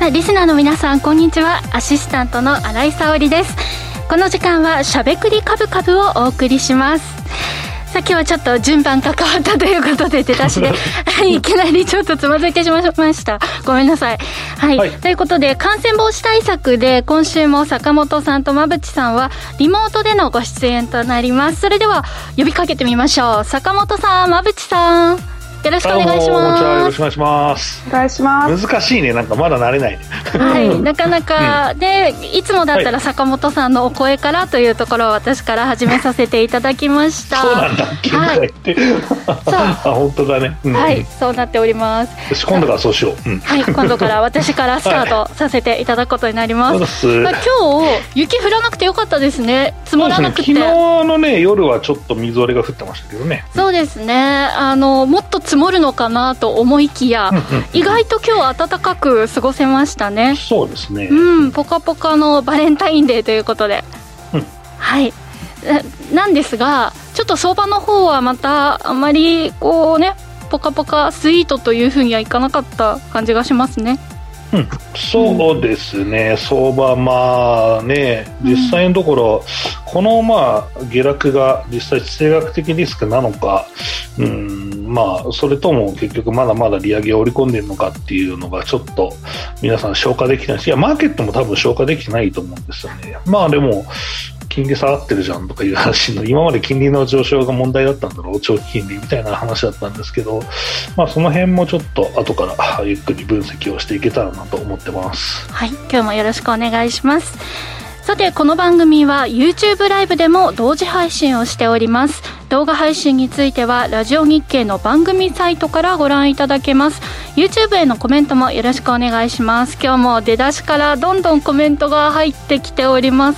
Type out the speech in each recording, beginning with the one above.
リスナーの皆さんこんにちは。アシスタントの新井沙織です。この時間はしゃべくりカブカブをお送りします。さあ今日はちょっと順番が変わったということで出だしでいきなりちょっとつまずいてしまいました。ごめんなさい。はい、ということで感染防止対策で今週も坂本さんと馬淵さんはリモートでのご出演となります。それでは呼びかけてみましょう。坂本さん、馬淵さん、よろしくお願いします。 よろしくお願いします。 お願いします。 難しいね、なんかまだ慣れないね。 はい、なかなか、でいつもだったら坂本さんのお声からというところを私から始めさせていただきました。 そうなんだっけ、はい、本当だね、 はい、そうなっております。 今度からそうしよう、 はい、今度から私からスタートさせていただくことになります。今日雪降らなくてよかったですね。積もらなくて、 昨日のね夜はちょっとみぞれが降ってましたけどね。 そうですね、もっと積もるのかなと思いきや意外と今日暖かく過ごせましたね。 そうですね、 ポカポカのバレンタインデーということで、はい、なんですがちょっと相場の方はまたあまりこうねポカポカスイートというふうにはいかなかった感じがしますね。 そうですね、相場まあね、実際のところ、この下落が実際地政学的リスクなのか、それとも結局まだまだ利上げを織り込んでいるのかっていうのがちょっと皆さん消化できてないし、いやマーケットも多分消化できてないと思うんですよね。でも金利下がってるじゃんとかいう話の、今まで金利の上昇が問題だったんだろう、長期金利みたいな話だったんですけど、その辺もちょっと後からゆっくり分析をしていけたらなと思ってます。 はい、今日もよろしくお願いします。さてこの番組は YouTube ライブでも同時配信をしております。動画配信についてはラジオ日経の番組サイトからご覧いただけます。 YouTube へのコメントもよろしくお願いします。今日も出だしからどんどんコメントが入ってきております。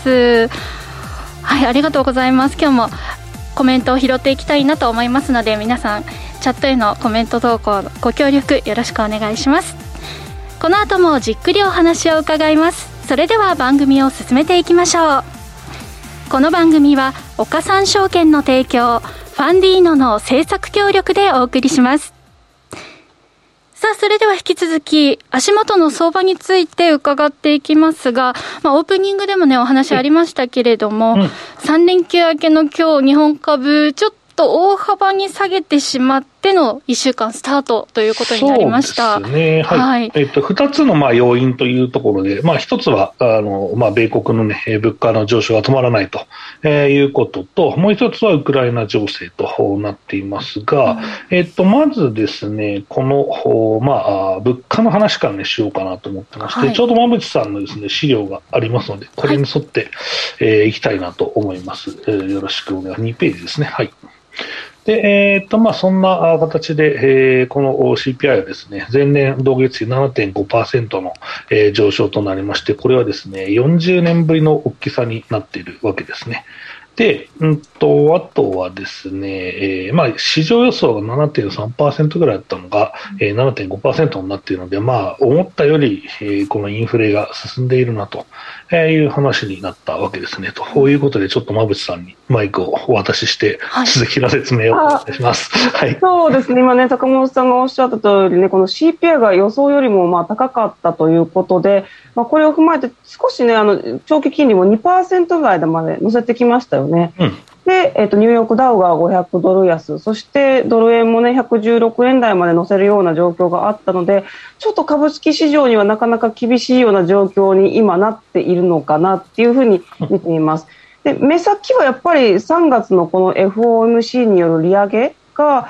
はい、ありがとうございます。今日もコメントを拾っていきたいなと思いますので、皆さんチャットへのコメント投稿ご協力よろしくお願いします。この後もじっくりお話を伺います。それでは番組を進めていきましょう。この番組は岡三証券の提供、ファンディーノの制作協力でお送りします。さあそれでは引き続き足元の相場について伺っていきますが、オープニングでもねお話ありましたけれども、3連休明けの今日日本株ちょっと大幅に下げてしまっての1週間スタートということになりました。 そうですね、はい、2つの要因というところで、1つは米国の、物価の上昇が止まらないということと、もう1つはウクライナ情勢となっていますが、まずですねこの、物価の話から、しようかなと思ってまして、ちょうど馬淵さんのですね資料がありますので、これに沿っていきたいなと思います。よろしくお願いします。2ページですね。はい。でそんな形で、この CPI はですね前年同月比 7.5% の、上昇となりまして、これはですね40年ぶりの大きさになっているわけですね。で、あとはですね、市場予想が 7.3% ぐらいだったのが、7.5% になっているので、思ったより、このインフレが進んでいるなという話になったわけですね。ということで、ちょっと馬淵さんにマイクをお渡しして、続きの説明をお願いします。はい。 そうですね、今ね、坂本さんがおっしゃった通りね、この CPI が予想よりも高かったということで、これを踏まえて少しね、長期金利も 2% 台まで乗せてきましたよね。で、ニューヨークダウが500ドル安、そしてドル円もね、116円台まで乗せるような状況があったので、ちょっと株式市場にはなかなか厳しいような状況に今なっているのかなっていうふうに見ています。で、目先はやっぱり3月のこの FOMC による利上げが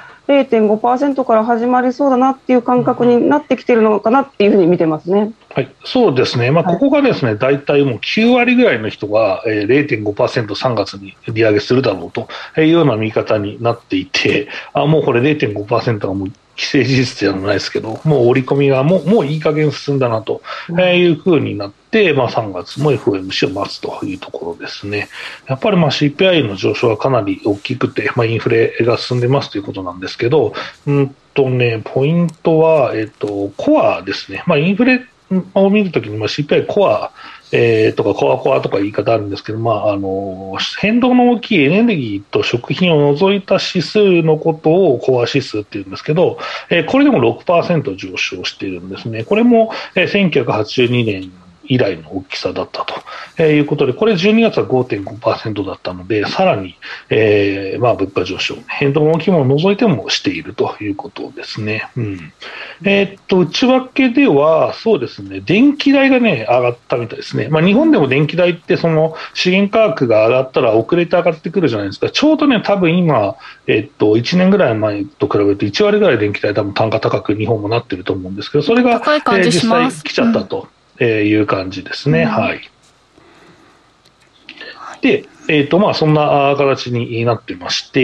0.5% から始まりそうだなっていう感覚になってきているのかなっていうふうに見てますね。 はい、そうですね、ここがですね、大体もう9割ぐらいの人が 0.5% 3月に利上げするだろうというような見方になっていて、もうこれ 0.5% がもう既成事実じゃないですけど、もう織り込みがもういい加減進んだなというふうになって、3月も FOMC を待つというところですね。やっぱりCPI の上昇はかなり大きくて、インフレが進んでますということなんですけど、ポイントは、コアですね。インフレを見るときに、CPI コア、とかコアコアとか言い方あるんですけど、変動の大きいエネルギーと食品を除いた指数のことをコア指数っていうんですけど、これでも 6% 上昇しているんですね。これも、1982年以来の大きさだったということで、これ12月は 5.5% だったので、さらに、物価上昇、変動の大きいものを除いてもしているということですね。内訳では、そうですね、電気代がね、上がったみたいですね。日本でも電気代って、その資源価格が上がったら遅れて上がってくるじゃないですか。ちょうどね、多分今、1年ぐらい前と比べると1割ぐらい電気代多分単価高く日本もなってると思うんですけど、それが、実際来ちゃったと。いう感じですね。はい。で、そんな形になってまして、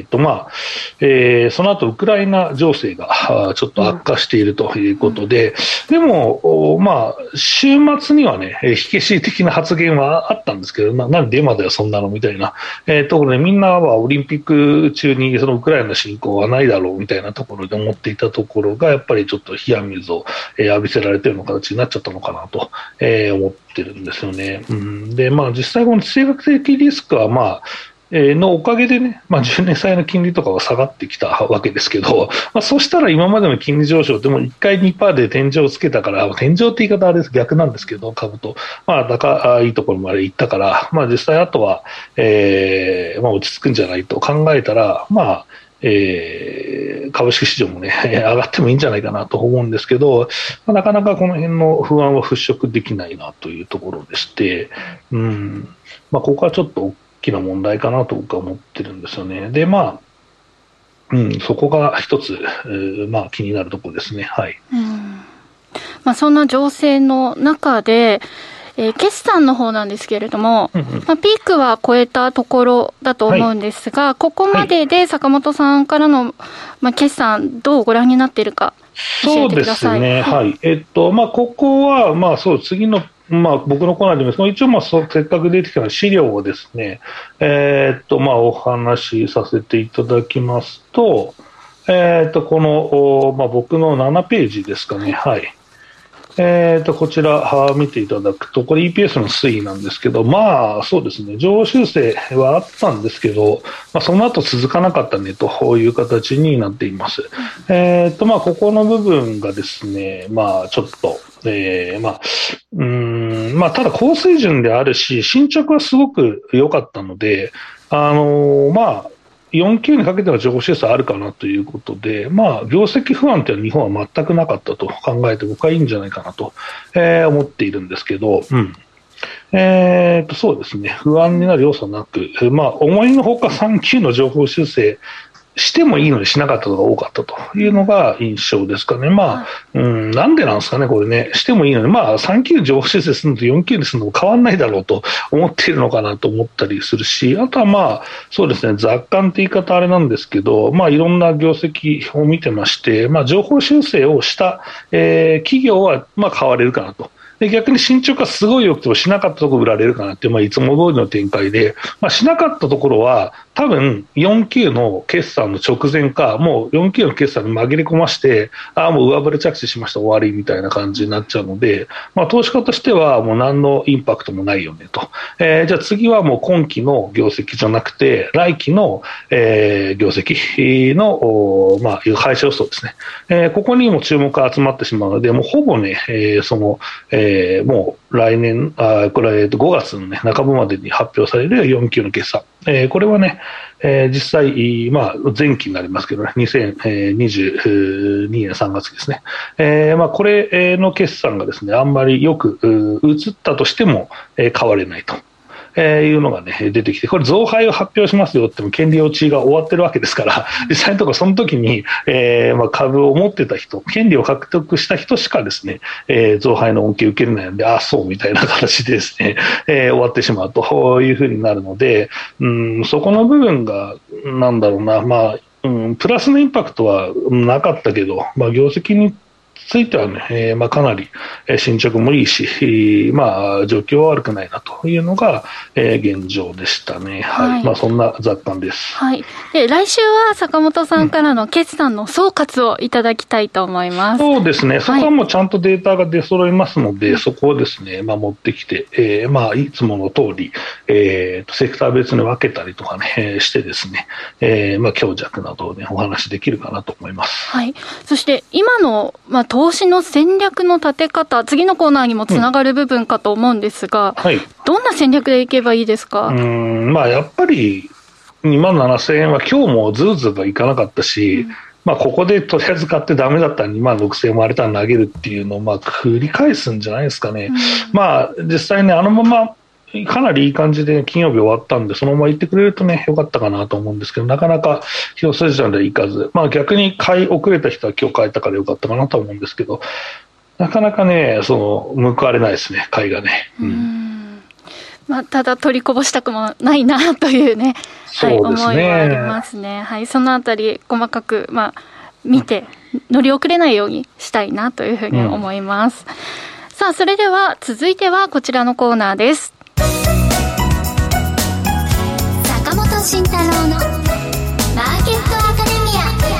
その後ウクライナ情勢がちょっと悪化しているということで、でも、週末にはね、火消し的な発言はあったんですけど、なんで今ではそんなのみたいなところで、みんなはオリンピック中にそのウクライナ侵攻はないだろうみたいなところで思っていたところが、やっぱりちょっと冷や水を浴びせられているような形になっちゃったのかなと思ってるんですよね。で、実際この地政学的リスクはのおかげでね、10年債の金利とかは下がってきたわけですけど、そうしたら今までの金利上昇でも1回 2% で天井をつけたから、天井って言い方は逆なんですけど、株と、高いところまで行ったから、実際あとは、落ち着くんじゃないと考えたら、株式市場もね、上がってもいいんじゃないかなと思うんですけど、なかなかこの辺の不安は払拭できないなというところでして、ここはちょっと大きな問題かなと僕は思ってるんですよね。で、そこが一つ、気になるところですね。はい。 そんな情勢の中で、決算の方なんですけれども、ピークは超えたところだと思うんですが、ここまでで坂本さんからの、決算、どうご覧になっているか教えてください。 そうですね、はい。ここは、次の、僕のコーナーでも、一応、せっかく出てきた資料をですね、お話しさせていただきますと、この、僕の7ページですかね、はい。こちら見ていただくと、これ EPS の推移なんですけど、そうですね、上昇修正はあったんですけど、その後続かなかったねという形になっています。ここの部分がですね、ちょっと、ただ高水準であるし、進捗はすごく良かったので、4級にかけての上昇修正あるかなということで、業績不安というのは日本は全くなかったと考えて、僕はいいんじゃないかなと、思っているんですけど、そうですね、不安になる要素なく、思いのほか3級の上昇修正してもいいのにしなかったのが多かったというのが印象ですかね。なんでなんですかね、これね。してもいいのに、3級上昇修正するのと4級にするのも変わんないだろうと思っているのかなと思ったりするし、あとはそうですね、雑感って言い方あれなんですけど、いろんな業績を見てまして、上昇修正をした、企業は買われるかなと。で逆に進捗がすごい良くてもしなかったところ売られるかなって、いつも通りの展開で、しなかったところは多分4級の決算の直前か、もう4級の決算に紛れ込まして、もう上振れ着地しました終わりみたいな感じになっちゃうので、投資家としてはもう何のインパクトもないよねと。じゃあ次はもう今期の業績じゃなくて来期の、業績の、会社予想ですね。ここにも注目が集まってしまうので、もうほぼね、もう来年、これ5月の、中分までに発表される4級の決算。これはね、実際、前期になりますけどね、2022年3月ですね。これの決算がですね、あんまりよく映ったとしても、買われないと。いうのがね、出てきて、これ増配を発表しますよっても権利落ちが終わってるわけですから、実際のところその時に、株を持ってた人、権利を獲得した人しかですね、増配の恩恵を受けれないので、そうみたいな形でですね、終わってしまうというふうになるので、そこの部分が、なんだろうな、プラスのインパクトはなかったけど、業績についてはね、かなり進捗もいいし、状況は悪くないなというのが、現状でしたね。はい。そんな雑感です。 はい。で、来週は坂本さんからの決算の総括をいただきたいと思います。 そうですね。そこはもうちゃんとデータが出揃いますので、そこをですね、持ってきて、いつもの通り、セクター別に分けたりとかね、してですね、強弱などをね、お話できるかなと思います。 はい。そして今の、投資の戦略の立て方、次のコーナーにもつながる部分かと思うんですが、はい、どんな戦略でいけばいいですか？ やっぱり27,000円は今日もずるずるいかなかったし、ここでとりあえず買ってダメだったら26,000円もあれたら投げるっていうのを繰り返すんじゃないですかね。実際ね、あのままかなりいい感じで金曜日終わったんで、そのまま行ってくれるとね、よかったかなと思うんですけど、なかなか一筋縄でいかず、逆に買い遅れた人は今日買えたからよかったかなと思うんですけど、なかなかね、報われないですね、買いがね。 ただ取りこぼしたくもないなというね、はい、思いはありますね。はい、そのあたり細かく、見て乗り遅れないようにしたいなというふうに思います。さあ、それでは続いてはこちらのコーナーです。 坂本慎太郎のマーケットアカデミ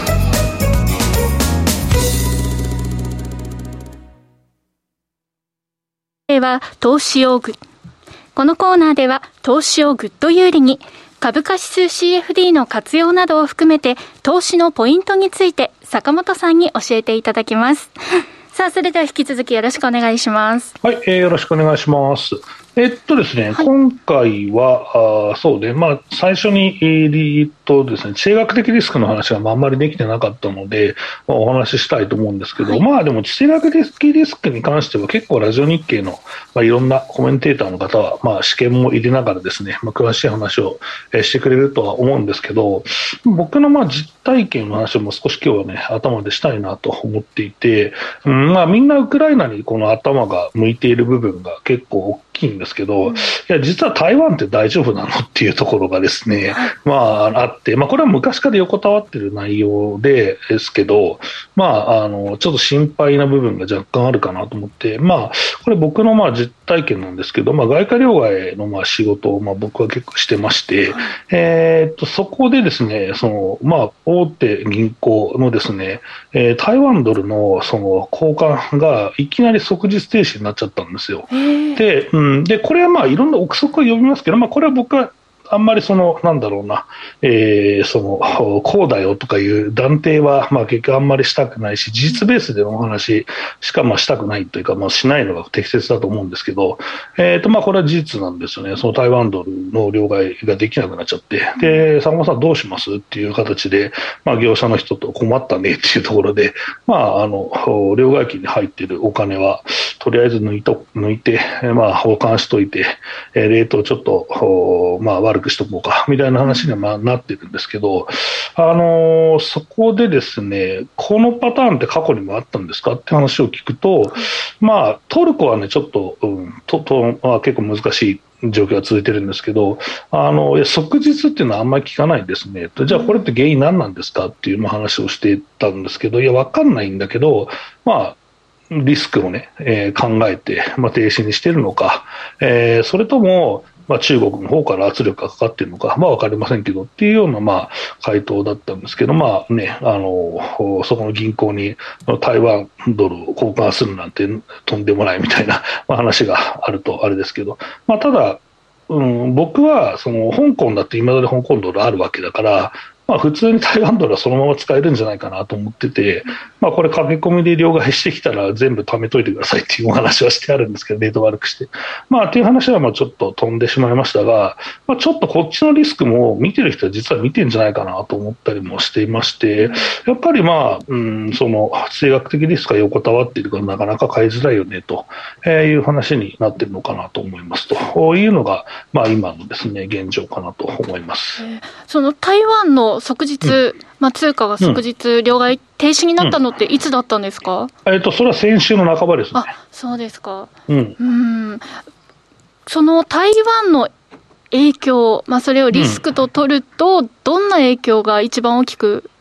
ア。では投資用具。このコーナーでは投資をぐっと有利に、株価指数 CFD の活用などを含めて投資のポイントについて坂本さんに教えていただきます。さあ、それでは引き続きよろしくお願いします。 はい、よろしくお願いします。ですね、はい、今回は、そうね、最初に、ですね、地政学的リスクの話があんまりできてなかったので、お話ししたいと思うんですけど、はい、でも地政学的リスクに関しては結構ラジオ日経の、いろんなコメンテーターの方は、試験も入れながらですね、詳しい話を、してくれるとは思うんですけど、僕の実体験の話も少し今日はね、頭でしたいなと思っていて、みんなウクライナにこの頭が向いている部分が結構大きいんですけど、いや実は台湾って大丈夫なのっていうところがですね、あって、これは昔から横たわっている内容ですけど、ちょっと心配な部分が若干あるかなと思って、これ僕の実体験なんですけど、外貨両替の仕事を僕は結構してまして、そこでですね、大手銀行のですね、台湾ドルの交換がいきなり即日停止になっちゃったんですよ。で、これはいろんな憶測を読みますけど、これは僕はあんまりなんだろうな、こうだよとかいう断定は結局あんまりしたくないし、事実ベースでのお話しかしたくないというか、しないのが適切だと思うんですけど、これは事実なんですよね。台湾ドルの両替ができなくなっちゃって、で、坂本さんどうしますっていう形で、業者の人と困ったねっていうところで、両替機に入っているお金はとりあえず抜いて、保管しといて、レートをちょっと悪くしとこうかみたいな話にはなってるんですけど、そこでですね、このパターンって過去にもあったんですかって話を聞くと、トルコはねちょっと、結構難しい状況が続いてるんですけど、即日っていうのはあんまり聞かないですね。じゃあこれって原因何なんですかっていう話をしていたんですけど、いや分かんないんだけど、リスクをね、考えて、停止にしているのか、それとも中国の方から圧力がかかっているのか、分かりませんけどっていうような回答だったんですけど、そこの銀行に台湾ドルを交換するなんてとんでもないみたいな話があるとあれですけど、ただ、僕は香港だって今まで香港ドルあるわけだから、普通に台湾ドルはそのまま使えるんじゃないかなと思ってて、これ駆け込みで両替してきたら全部貯めといてくださいっていうお話はしてあるんですけど、レート悪くして。っていう話はちょっと飛んでしまいましたが、ちょっとこっちのリスクも見てる人は実は見てるんじゃないかなと思ったりもしていまして、やっぱり地政学的リスクが横たわっているからなかなか買いづらいよねという話になっているのかなと思いますというのが、今のですね、現状かなと思います。 その台湾の即日、通貨が即日両替停止になったのっていつだったんですか？ それは先週の半ばですね。 そうですか。その台湾の影響、それをリスクと取ると、どんな影響が一番大きく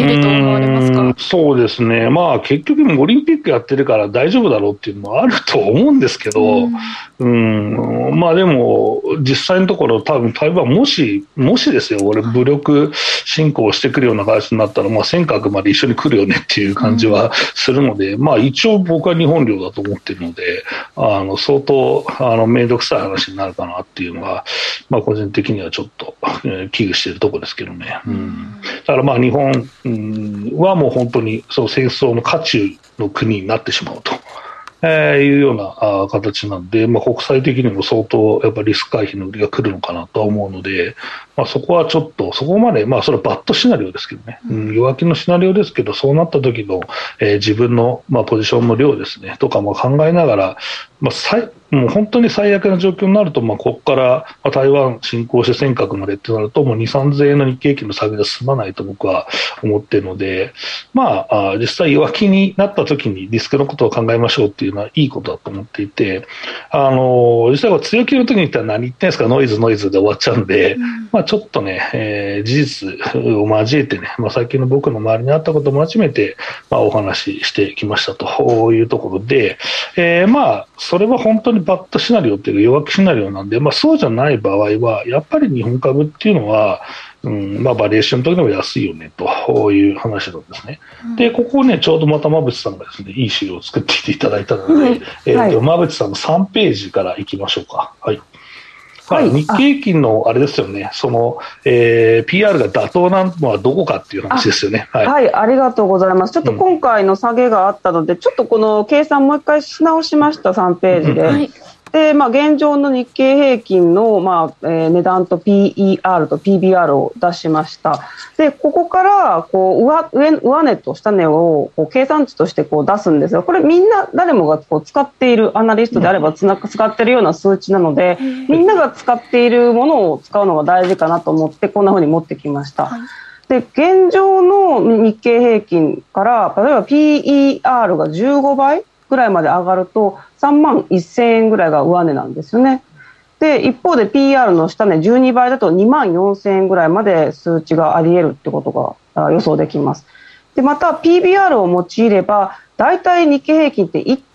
出ると思われますか？ そうですね、まあ、結局、オリンピックやってるから大丈夫だろうっていうのもあると思うんですけど、まあでも、実際のところ、多分台湾、もしですよ、俺、武力侵攻してくるような形になったら、まあ、尖閣まで一緒に来るよねっていう感じはするので、まあ、一応、僕は日本領だと思ってるので、相当面倒くさい話になるかなっていうのは、まあ、個人的にはちょっと、危惧しているところですけどね。だからまあ日本はもう本当にその戦争の渦中の国になってしまうと。いうような形なんで、まあ、国際的にも相当やっぱりリスク回避の売りが来るのかなとは思うので、まあ、そこはちょっとそこまで、まあ、それはバッドシナリオですけどね、弱気のシナリオですけど、そうなった時の、自分の、まあ、ポジションの量ですねとかも考えながら、まあ、もう本当に最悪な状況になると、まあ、ここから台湾侵攻して尖閣までってなると、もう2、3000円の日経平均の下げが済まないと僕は思っているので、まあ、実際弱気になった時にリスクのことを考えましょうっていうのはいいことだと思っていて、実際は強気の時に言ったら何言ってんですか、ノイズで終わっちゃうんで、まあ、ちょっとね、事実を交えてね、まあ、最近の僕の周りにあったことも交えて、まあ、お話ししてきましたというところで、まあ、それは本当にバッドシナリオっていう弱気シナリオなんで、まあ、そうじゃない場合はやっぱり日本株っていうのは、まあ、バリエーションの時でも安いよねという話なんですね。でここねちょうどまた馬淵さんがですねいい資料を作ってきていただいたので、馬淵さんの3ページからいきましょうか。はい。日経平均のあれですよね、その、PR が妥当なのはどこかっていう話ですよね。 はい、ありがとうございます。ちょっと今回の下げがあったので、ちょっとこの計算もう一回し直しました、3ページで。で、まあ、現状の日経平均の、まあ値段と PER と PBR を出しました。で、ここからこう上値と下値をこう計算値としてこう出すんですが、これみんな誰もがこう使っているアナリストであれば使っているような数値なので、みんなが使っているものを使うのが大事かなと思ってこんな風に持ってきました。で、現状の日経平均から例えば PER が15倍ぐらいまで上がると3万1000円ぐらいが上値なんですよね。で、一方で PR の下値12倍だと2万4000円ぐらいまで数値があり得るってことが予想できます。で、また PBR を用いればだいたい日経平均って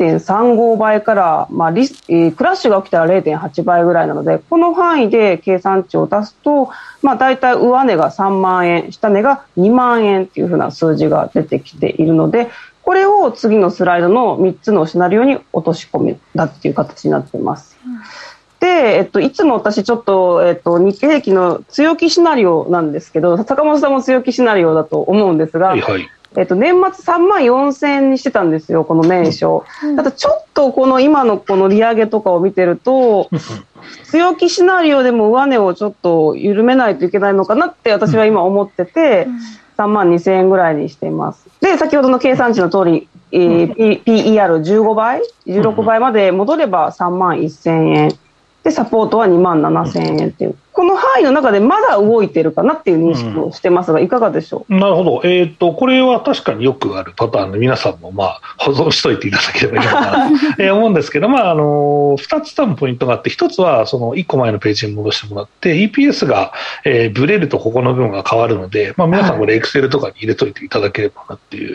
1.35 倍から、まあクラッシュが起きたら 0.8 倍ぐらいなので、この範囲で計算値を出すと、まあだいたい上値が3万円、下値が2万円っていう風な数字が出てきているので、これを次のスライドの3つのシナリオに落とし込めたっていう形になっています。で、いつも私ちょっと、日経平均の強気シナリオなんですけど、坂本さんも強気シナリオだと思うんですが、年末3万4000円にしてたんですよ、この年初。ただちょっとこの今のこの利上げとかを見てると、強気シナリオでも上値をちょっと緩めないといけないのかなって私は今思ってて、3万2000円ぐらいにしています。で、先ほどの計算値の通り、PER15 倍、16倍まで戻れば3万1000円。で、サポートは2万7000円っていう。この範囲の中でまだ動いてるかなっていう認識をしてますが、いかがでしょう？ なるほど。これは確かによくあるパターンで、皆さんもまあ保存しといていただければいいのかな思うんですけど、まあ2つ多分ポイントがあって、1つはその1個前のページに戻してもらって、EPS が、ブレるとここの部分が変わるので、まあ皆さんこれ Excel とかに入れといていただければなっていう、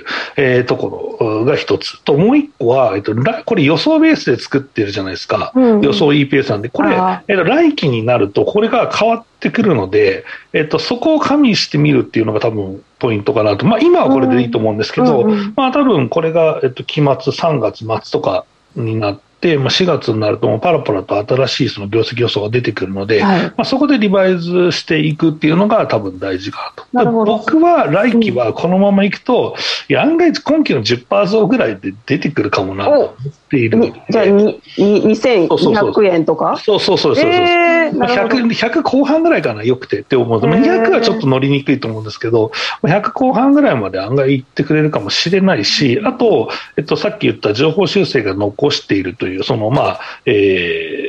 ところが1つと、もう1個は、これ予想ベースで作ってるじゃないですか。予想 EPS なんで、これ、来期になるとこれが変わってくるので、そこを加味してみるっていうのが多分ポイントかなと。まあ今はこれでいいと思うんですけど、まあ多分これが、期末3月末とかになって、まあ、4月になるともうパラパラと新しいその業績予想が出てくるので、まあ、そこでリバイズしていくっていうのが多分大事かなと。僕は来期はこのままいくと、いや案外今期の 10% 増ぐらいで出てくるかもなと思っているので。 じゃあ2200円とか？ そう。100後半ぐらいかな、よくてって思うと、200はちょっと乗りにくいと思うんですけど、100後半ぐらいまで案外いってくれるかもしれないし、あと、さっき言った情報修正が残しているという、そのまあ、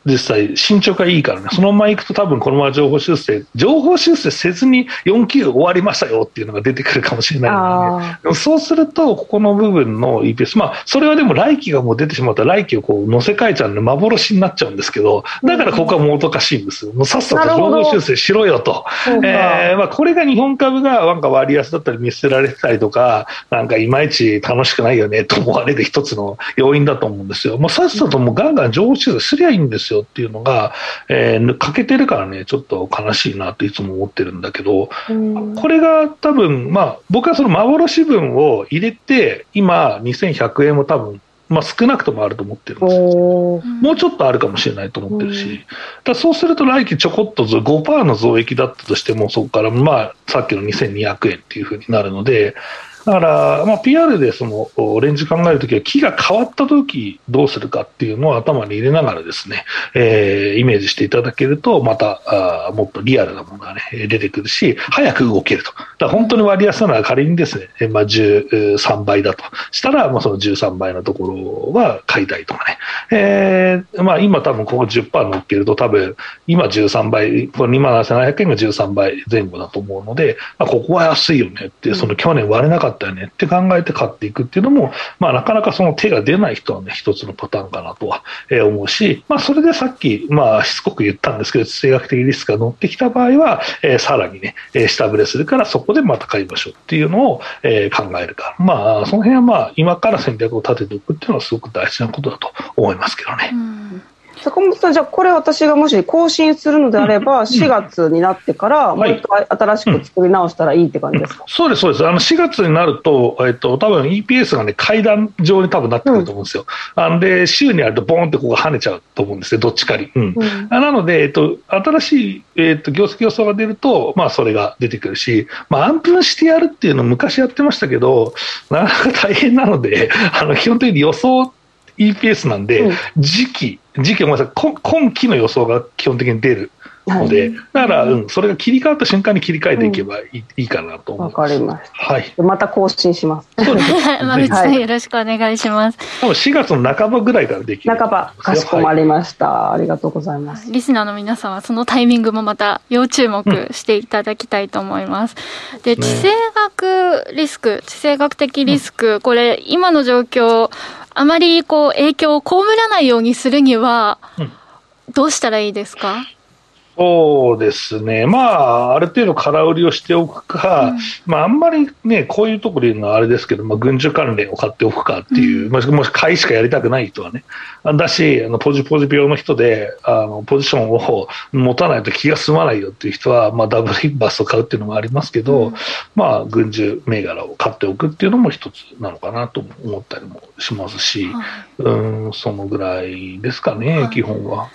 実際進捗がいいからね、そのままいくと多分このまま情報修正せずに4級終わりましたよっていうのが出てくるかもしれないので、ね、そうするとここの部分の EPS、それはでも来期がもう出てしまったら来期をこう乗せ替えちゃうんで幻になっちゃうんですけど、だからここはもどかしいんですよ。もうさっさと情報修正しろよと。これが日本株がなんか割安だったり見捨てられてたりとか、なんかいまいち楽しくないよねと思われる一つの要因だと思うんですよ。もうさっさともうガンガン情報修正すりゃいいんですよっていうのが、欠けてるからね、ちょっと悲しいなっていつも思ってるんだけど、これが多分、僕はその幻分を入れて、今、2100円も多分、少なくともあると思ってるんですよ。もうちょっとあるかもしれないと思ってるし、だそうすると来期ちょこっと5% の増益だったとしても、そこからさっきの2200円っていう風になるので、だから、PR でそのレンジ考えるときは、期が変わったときどうするかっていうのを頭に入れながらですね、イメージしていただけると、またもっとリアルなものがね、出てくるし、早く動けると。だから本当に割安なのは仮にですね、13倍だとしたら、その13倍のところは買いたいとかね。今多分ここ 10% 乗っけると多分、今13倍、この27,700円が13倍前後だと思うので、ここは安いよねって、その去年割れなかったよねって考えて買っていくっていうのも、なかなかその手が出ない人はね、一つのパターンかなとは思うし、それでさっき、しつこく言ったんですけど、地政学的リスクが乗ってきた場合は、さらにね、下振れするからそこでまた買いましょうっていうのを考えるか。その辺は今から戦略を立てておくっていうのはすごく大事なことだと思いますけどね。 坂本さん、じゃあこれ私がもし更新するのであれば、4月になってからもう一回新しく作り直したらいいって感じですか？ そうです、そうです。4月になると、多分 EPS がね、階段状に多分なってくると思うんですよ。で、週にあるとボーンってここが跳ねちゃうと思うんですね、どっちかに。なので、新しい、業績予想が出ると、それが出てくるし、安分してやるっていうのを昔やってましたけど、なかなか大変なので、基本的に予想EPS なんで、時期ごめんなさい、今期の予想が基本的に出るので、だから、それが切り替わった瞬間に切り替えていけばいいかなと思います。 わかりました。 はい。 また更新します。 馬渕さん、よろしくお願いします。 多分4月の半ばぐらいからできる。 半ば、かしこまりました。ありがとうございます。 リスナーの皆さんはそのタイミングもまた要注目していただきたいと思います。で、地政学リスク、地政学的リスク、これ、今の状況、あまり影響を被らないようにするには、どうしたらいいですか？ そうですね、ある程度空売りをしておくか、あんまりね、こういうところで言うのはあれですけど、軍需関連を買っておくかっていう、もし買いしかやりたくない人はね、だし、ポジ病の人で、ポジションを持たないと気が済まないよっていう人は、ダブルインバスを買うっていうのもありますけど、軍需銘柄を買っておくっていうのも一つなのかなと思ったりもしますし、そのぐらいですかね、基本は。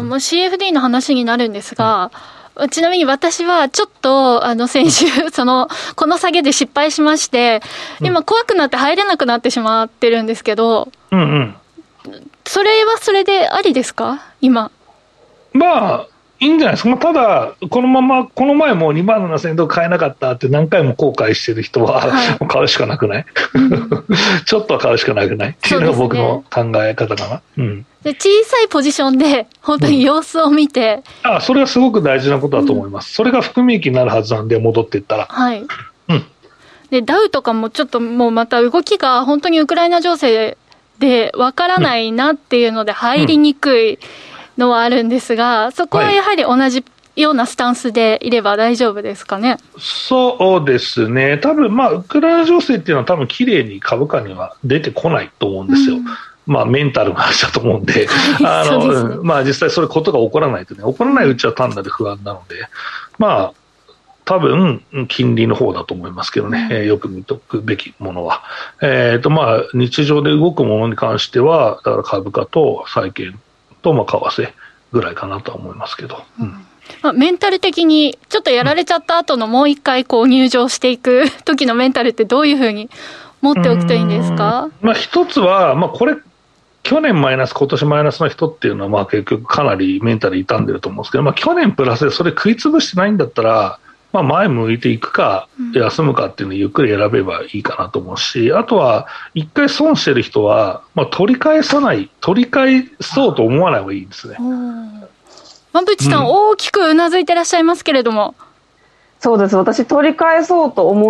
CFD の話になるんですが、ちなみに私はちょっと先週この下げで失敗しまして、今怖くなって入れなくなってしまってるんですけど、それはそれでありですか？今いいんじゃないですか。ただこの前も27,000円とか買えなかったって何回も後悔してる人は、買うしかなくない？ちょっとは買うしかなくないっていうのが僕の考え方かな。 で、小さいポジションで本当に様子を見て、 それはすごく大事なことだと思います。それが含み益になるはずなんで、戻っていったら。 で、ダウとかもちょっともうまた動きが本当にウクライナ情勢でわからないなっていうので入りにくいのはあるんですが、そこはやはり同じようなスタンスでいれば大丈夫ですかね？ そうですね、多分ウクライナ情勢っていうのは多分きれいに株価には出てこないと思うんですよ。メンタルの話だと思うんで、実際そういうことが起こらないとね、起こらないうちは単なる不安なので、多分金利の方だと思いますけどね、よく見とくべきものは、日常で動くものに関しては、だから株価と債券と為替ぐらいかなとは思いますけど。 メンタル的にちょっとやられちゃった後のもう一回入場していく時のメンタルってどういうふうに持っておくといいんですか？ 一つは、これ去年マイナス今年マイナスの人っていうのは結局かなりメンタル傷んでると思うんですけど、去年プラスでそれ食い潰してないんだったら前向いていくか休むかっていうのをゆっくり選べばいいかなと思うし、あとは一回損してる人は、取り返そうと思わない方がいいですね。 馬淵さん、大きくうなずいてらっしゃいますけれども。 そうです。私取り返そうと思って、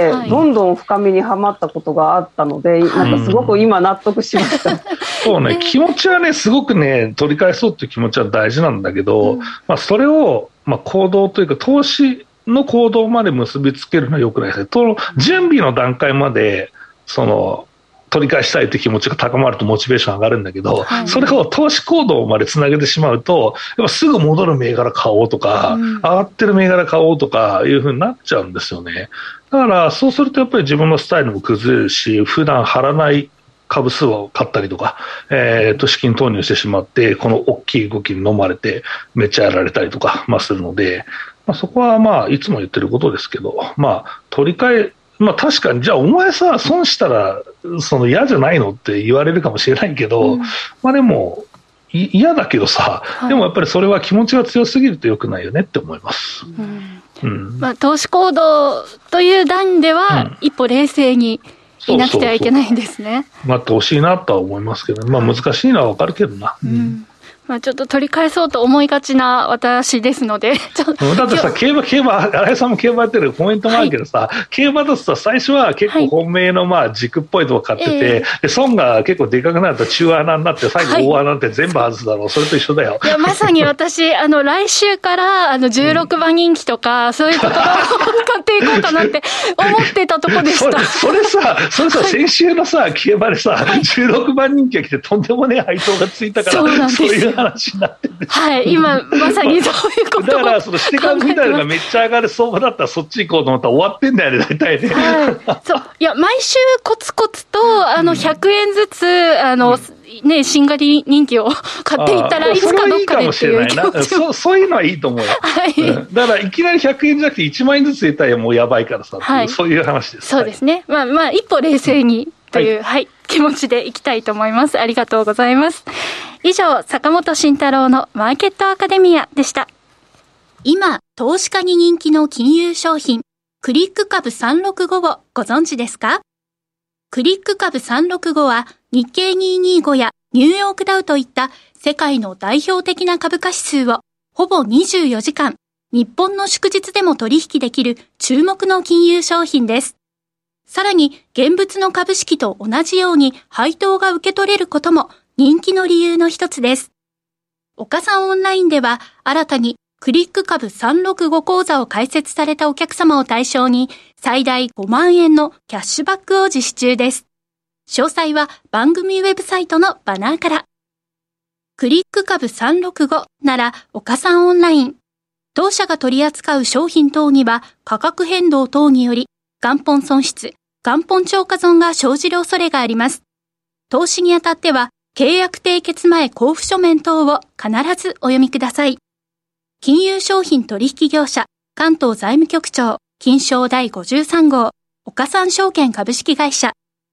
どんどん深みにはまったことがあったので、なんかすごく今納得しました。 そうね、気持ちはね、すごくね、取り返そうっていう気持ちは大事なんだけど、それを、行動というか、投資の行動まで結びつけるのは良くないですね。準備の段階まで、取り返したいという気持ちが高まるとモチベーション上がるんだけど、それを投資行動までつなげてしまうと、やっぱすぐ戻る銘柄買おうとか、上がってる銘柄買おうとかいう風になっちゃうんですよね。だからそうするとやっぱり自分のスタイルも崩れるし、普段張らない株数を買ったりとか、資金投入してしまって、この大きい動きに飲まれてめっちゃやられたりとか、するので、そこはいつも言ってることですけど、取り替え、確かに、じゃあお前さ、損したら嫌じゃないのって言われるかもしれないけど、でも嫌だけどさ、でもやっぱりそれは気持ちが強すぎると良くないよねって思います。 投資行動という段では、一歩冷静にいなくてはいけないんですね。 なってほしいなとは思いますけど、難しいのはわかるけどな。 ちょっと取り返そうと思いがちな私ですのでだってさ、競馬、新井さんも競馬やってるコメントもあるけどさ、競馬だとさ、最初は結構本命の軸っぽいとこ買ってて、で損が結構でかくなると中穴になって、最後大穴って全部外すだろう、それと一緒だよ。 いや、まさに私、来週から16番人気とか、そういうところを買っていこうかなって思ってたとこでした。 それさ、先週のさ、競馬でさ、16番人気が来てとんでもねえ配当がついたから、そういう話になってるんです。 今まさにそういうことだからして株みたいなのがめっちゃ上がる相場だったらそっち行こうと思ったら終わってんだよね、大体ね。 いや、毎週コツコツと100円ずつしんがり人気を買っていったらいつかどっかでっていう気持ちをそういうのはいいと思うよ。だからいきなり100円じゃなくて1万円ずつ入れたらもうやばいからさ、そういう話です。 そうですね。一歩冷静にという、気持ちでいきたいと思います。ありがとうございます。以上、坂本慎太郎のマーケットアカデミアでした。今、投資家に人気の金融商品、クリック株365をご存知ですか？クリック株365は日経225やニューヨークダウといった世界の代表的な株価指数をほぼ24時間、日本の祝日でも取引できる注目の金融商品です。さらに、現物の株式と同じように配当が受け取れることも人気の理由の一つです。岡さんオンラインでは新たにクリック株365講座を開設されたお客様を対象に最大5万円のキャッシュバックを実施中です。詳細は番組ウェブサイトのバナーから。クリック株365なら岡さんオンライン。当社が取り扱う商品等には価格変動等により元本損失、元本超過損が生じる恐れがあります。投資にあたっては契約締結前交付書面等を必ずお読みください。金融商品取引業者関東財務局長金商第53号岡三証券株式会社。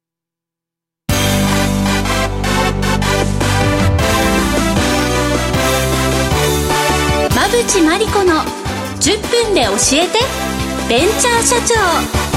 馬淵真理子の10分で教えてベンチャー社長。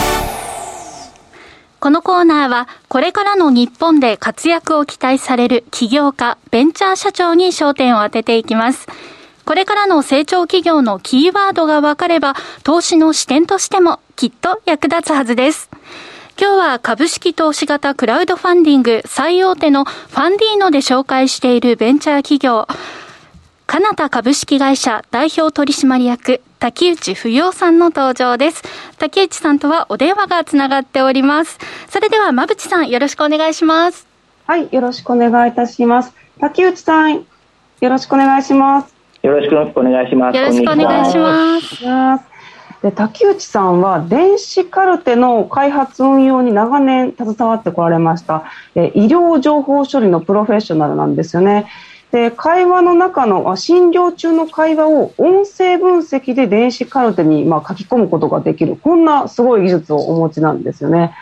このコーナーはこれからの日本で活躍を期待される起業家、ベンチャー社長に焦点を当てていきます。これからの成長企業のキーワードが分かれば、投資の視点としてもきっと役立つはずです。今日は株式投資型クラウドファンディング最大手のファンディーノで紹介しているベンチャー企業、カナタ株式会社代表取締役滝内冬夫さんの登場です。滝内さんとはお電話がつながっております。それでは馬淵さん、よろしくお願いします。 はい、よろしくお願いいたします。滝内さん、よろしくお願いします。 よろしくお願いします。 よろしくお願いします。 で、滝内さんは電子カルテの開発運用に長年携わってこられました。医療情報処理のプロフェッショナルなんですよね。で、会話の中の診療中の会話を音声分析で電子カルテに書き込むことができる、こんなすごい技術をお持ちなんですよね。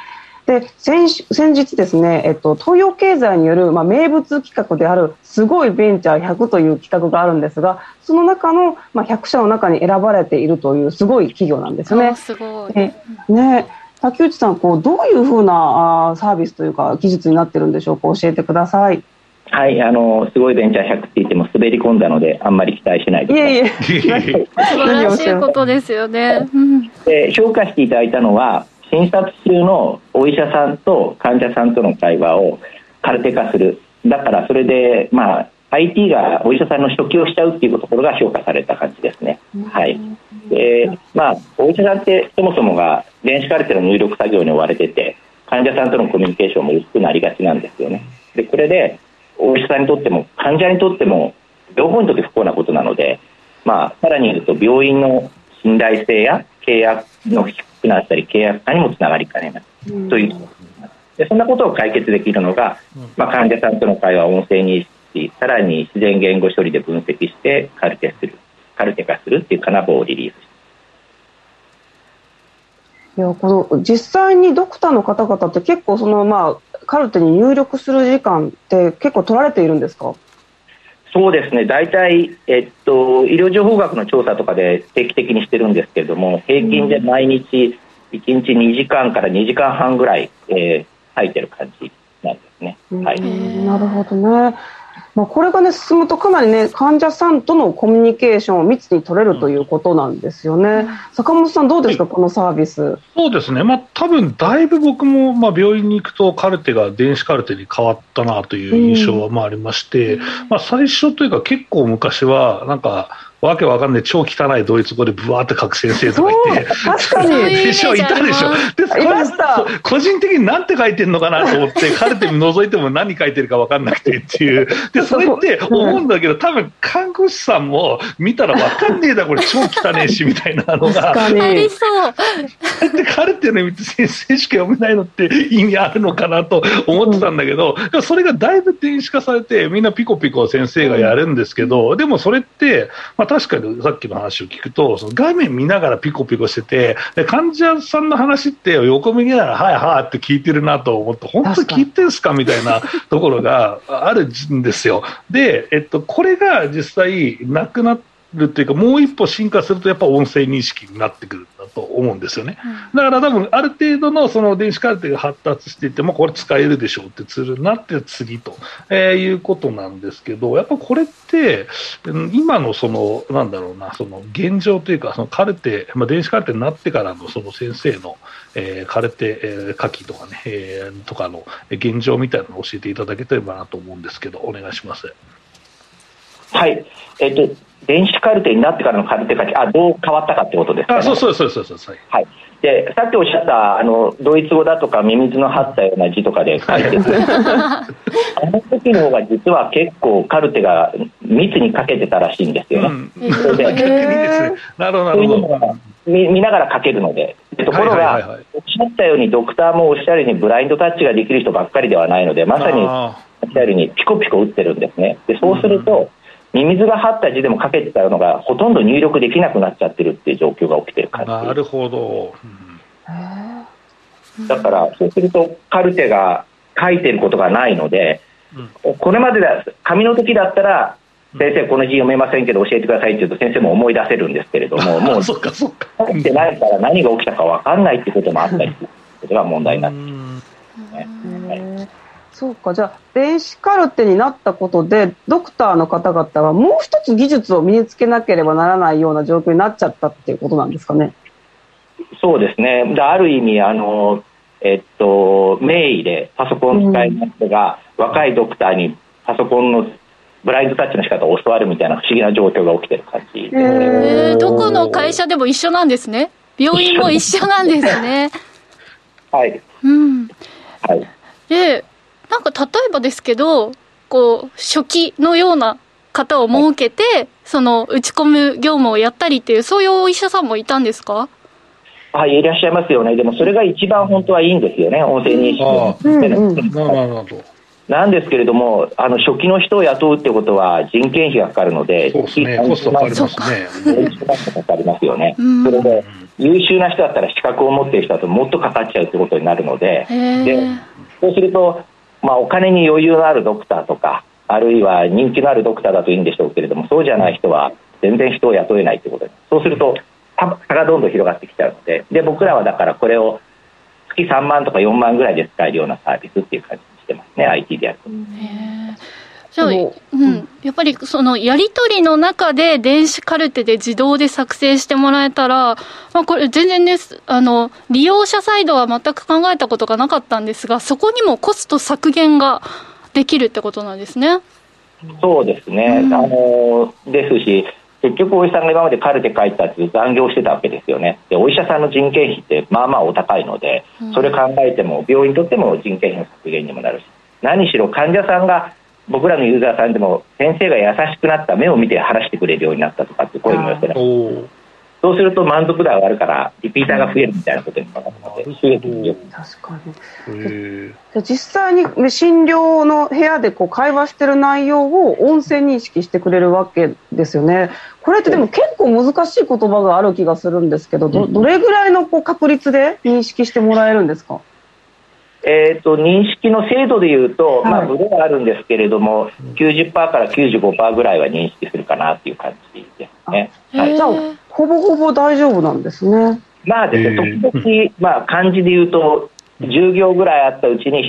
で先日ですね、東洋経済による、名物企画であるすごいベンチャー100という企画があるんですが、その中の、100社の中に選ばれているというすごい企業なんですよね。 すごい。 竹内さん、どういうふうなサービスというか技術になってるんでしょうか、教えてください。 はい、すごいベンチャー100って言っても滑り込んだのであんまり期待しないで素晴らしいことですよね。 で評価していただいたのは、診察中のお医者さんと患者さんとの会話をカルテ化する。だからそれで、IT がお医者さんの初期をしちゃうっていうところが評価された感じですね。はい。で、お医者さんってそもそもが電子カルテの入力作業に追われてて、患者さんとのコミュニケーションも薄くなりがちなんですよね。で、これでお医者さんにとっても患者にとっても両方にとって不幸なことなので、さらに言うと病院の信頼性や契約の低くなったり契約化にもつながりかねないというで、そんなことを解決できるのが、患者さんとの会話を音声認識、さらに自然言語処理で分析してカルテ化するっていうカナボをリリースして、 この実際にドクターの方々って結構カルテに入力する時間って結構取られているんですか？ そうですね、大体、医療情報学の調査とかで定期的にしてるんですけれども、平均で毎日1日2時間から2時間半ぐらい、入ってる感じなんですね。はい、 なるほどね。これがね進むとかなりね患者さんとのコミュニケーションを密に取れるということなんですよね。坂本さんどうですか、このサービス。 そうですね、多分だいぶ僕も病院に行くとカルテが電子カルテに変わったなという印象はありまして、最初というか結構昔はなんかわけわかんない超汚いドイツ語でブワーって書く先生とかいて、 確かにでしょ、いたでしょ。で個人的に何て書いてるのかなと思ってカルテ覗いても何書いてるかわかんなくてっていう。でそれって思うんだけど、多分看護師さんも見たらわかんねえだこれ超汚ねえしみたいなのがありそう。 でカルテの意味って先生しか読めないのって意味あるのかなと思ってたんだけど、それがだいぶ電子化されてみんなピコピコ先生がやるんですけど、でもそれって確かにさっきの話を聞くとその画面見ながらピコピコしてて、で患者さんの話って横見ながらはいはいって聞いてるなと思って、本当に聞いてんすかみたいなところがあるんですよ。で、これが実際なくなるというか、もう一歩進化するとやっぱ音声認識になってくるんだと思うんですよね。だから多分ある程度のその電子カルテが発達していってもこれ使えるでしょうってツールになって次と、いうことなんですけど、やっぱこれって今のそのなんだろうな、その現状というかそのカルテ、電子カルテになってからのその先生の、カルテ、書きとかね、とかの現状みたいなのを教えていただければなと思うんですけど、お願いします。 はい、電子カルテになってからのカルテ書き、どう変わったかってことですかね。 そう、 はい。で、さっきおっしゃったドイツ語だとかミミズの張ったような字とかで書いてるあの時の方が実は結構カルテが密に書けてたらしいんですよね。それで逆にですね、なるほど。見ながら書けるので、ところが、おっしゃったようにドクターもおっしゃるようにブラインドタッチができる人ばっかりではないので、まさにおっしゃるようにピコピコ打ってるんですね。でそうするとミミズが張った字でも書けてたのがほとんど入力できなくなっちゃってるっていう状況が起きてる感じ。 なるほど。 だからそうするとカルテが書いてることがないので、これまでだ紙の時だったら先生この字読めませんけど教えてくださいって言うと先生も思い出せるんですけれども、もう書いてないから何が起きたか分かんないっていうこともあったりすることが問題になっていますね。 そうか、じゃあ電子カルテになったことでドクターの方々はもう一つ技術を身につけなければならないような状況になっちゃったっていうことなんですかね。 そうですね。ある意味名医でパソコン使いの人が若いドクターにパソコンのブラインドタッチの仕方を教わるみたいな不思議な状況が起きてる感じ。 どこの会社でも一緒なんですね。病院も一緒なんですね。 はい。 はい。でなんか例えばですけど初期のような方を設けて、その打ち込む業務をやったりっていうそういうお医者さんもいたんですか？ はい、いらっしゃいますよね。でもそれが一番本当はいいんですよね、音声認識。 なんですけれども、初期の人を雇うってことは人件費がかかるので、 そうですね、コストかかりますね。 かかりますよね。それで優秀な人だったら資格を持っている人だともっとかかっちゃうってことになるので、そうすると、お金に余裕のあるドクターとか、あるいは人気のあるドクターだといいんでしょうけれども、そうじゃない人は全然人を雇えないってことです。そうすると差がどんどん広がってきちゃうので、僕らはだからこれを月3万とか4万ぐらいで使えるようなサービスっていう感じにしてますね、 IT でやると。 じゃあ、やっぱりそのやり取りの中で電子カルテで自動で作成してもらえたら、これ全然です、利用者サイドは全く考えたことがなかったんですが、そこにもコスト削減ができるってことなんですね。 そうですね、ですし、結局お医者さんが今までカルテ書いたって残業してたわけですよね。でお医者さんの人件費ってまあまあお高いので、それ考えても病院にとっても人件費の削減にもなるし、何しろ患者さんが僕らのユーザーさんでも先生が優しくなった、目を見て話してくれるようになったとかって声も寄せられる。そうすると満足度が上がるからリピーターが増えるみたいなことになるので、収益によく。 確かに。実際に診療の部屋で会話してる内容を音声認識してくれるわけですよね。これってでも結構難しい言葉がある気がするんですけど、どれぐらいの確率で認識してもらえるんですか？ 認識の精度でいうと、ブレはあるんですけれども、90% から 95% ぐらいは認識するかなっていう感じですね。 じゃあほぼほぼ大丈夫なんですね。 ですね、時々、漢字でいうと10行ぐらいあったうちに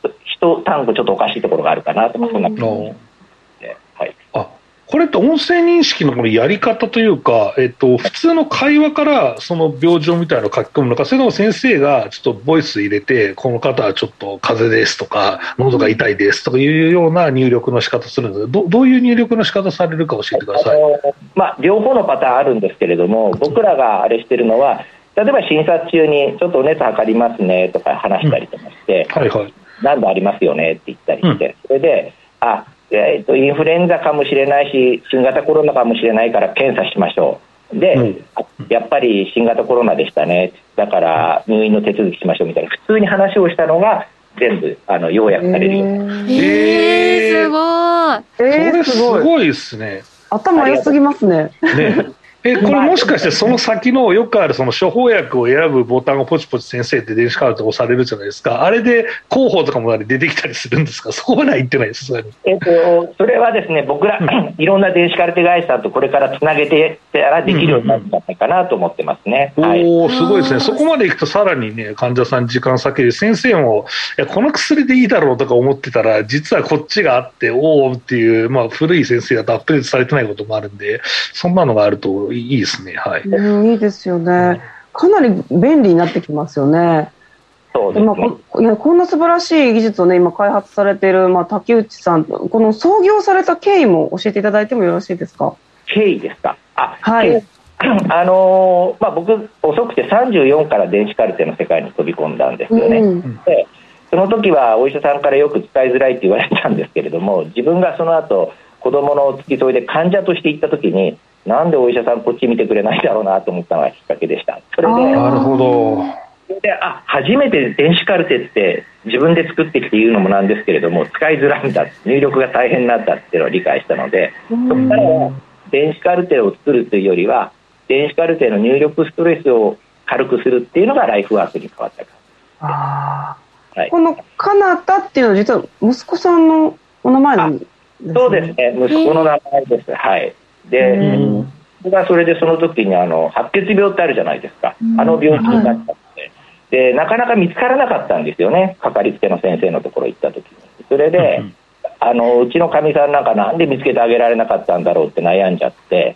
1単語ちょっとおかしいところがあるかなとか、そんな感じで、 これって音声認識のこのやり方というか、普通の会話からその病状みたいなのを書き込むのか、それとも先生がちょっとボイス入れて、この方はちょっと風邪ですとか喉が痛いですとかいうような入力の仕方するので、どういう入力の仕方されるか教えてください。 両方のパターンあるんですけれども、僕らがあれしてるのは、例えば診察中にちょっと熱測りますねとか話したりとかして、何度ありますよねって言ったりして、それでインフルエンザかもしれないし新型コロナかもしれないから検査しましょう。で、やっぱり新型コロナでしたね、だから入院の手続きしましょうみたいな普通に話をしたのが全部要約されるようになる。 すごい。 それすごいですね。 頭良すぎますね。 これもしかしてその先のよくあるその処方薬を選ぶボタンをポチポチ先生って電子カルテ押されるじゃないですか。あれで広報とかも出てきたりするんですか？そこまでは言ってないです。それはですね、僕らいろんな電子カルテ会社さんとこれからつなげてたらできるようになるんじゃないかなと思ってますね。 すごいですね。そこまでいくとさらにね、患者さん時間割ける。先生もこの薬でいいだろうとか思ってたら実はこっちがあっておーっていう、古い先生だとアップデートされてないこともあるんで、そんなのがあるといいですね。 いいですよね。かなり便利になってきますよね。 そうですね。 こんな素晴らしい技術をね、今開発されている、竹内さん、この創業された経緯も教えていただいてもよろしいですか？ 経緯ですか？ はい。 僕遅くて34から電子カルテの世界に飛び込んだんですよね。でその時はお医者さんからよく使いづらいって言われたんですけれども、自分がその後子どもの付き添いで患者として行った時に、なんでお医者さんこっち見てくれないんだろうなと思ったのがきっかけでした。それでなるほど。 初めて電子カルテって自分で作ってきて言うのもなんですけれども、使いづらいんだ、入力が大変なんだっていうのを理解したので、そこからは電子カルテを作るというよりは電子カルテの入力ストレスを軽くするっていうのがライフワークに変わったから。 このかなたっていうのは実は息子さんのお名前なんですね。 そうですね、息子の名前です。で、僕はそれでその時に白血病ってあるじゃないですか。病気になったので、なかなか見つからなかったんですよね。かかりつけの先生のところ行った時に。それで、うちのかみさんなんで見つけてあげられなかったんだろうって悩んじゃって、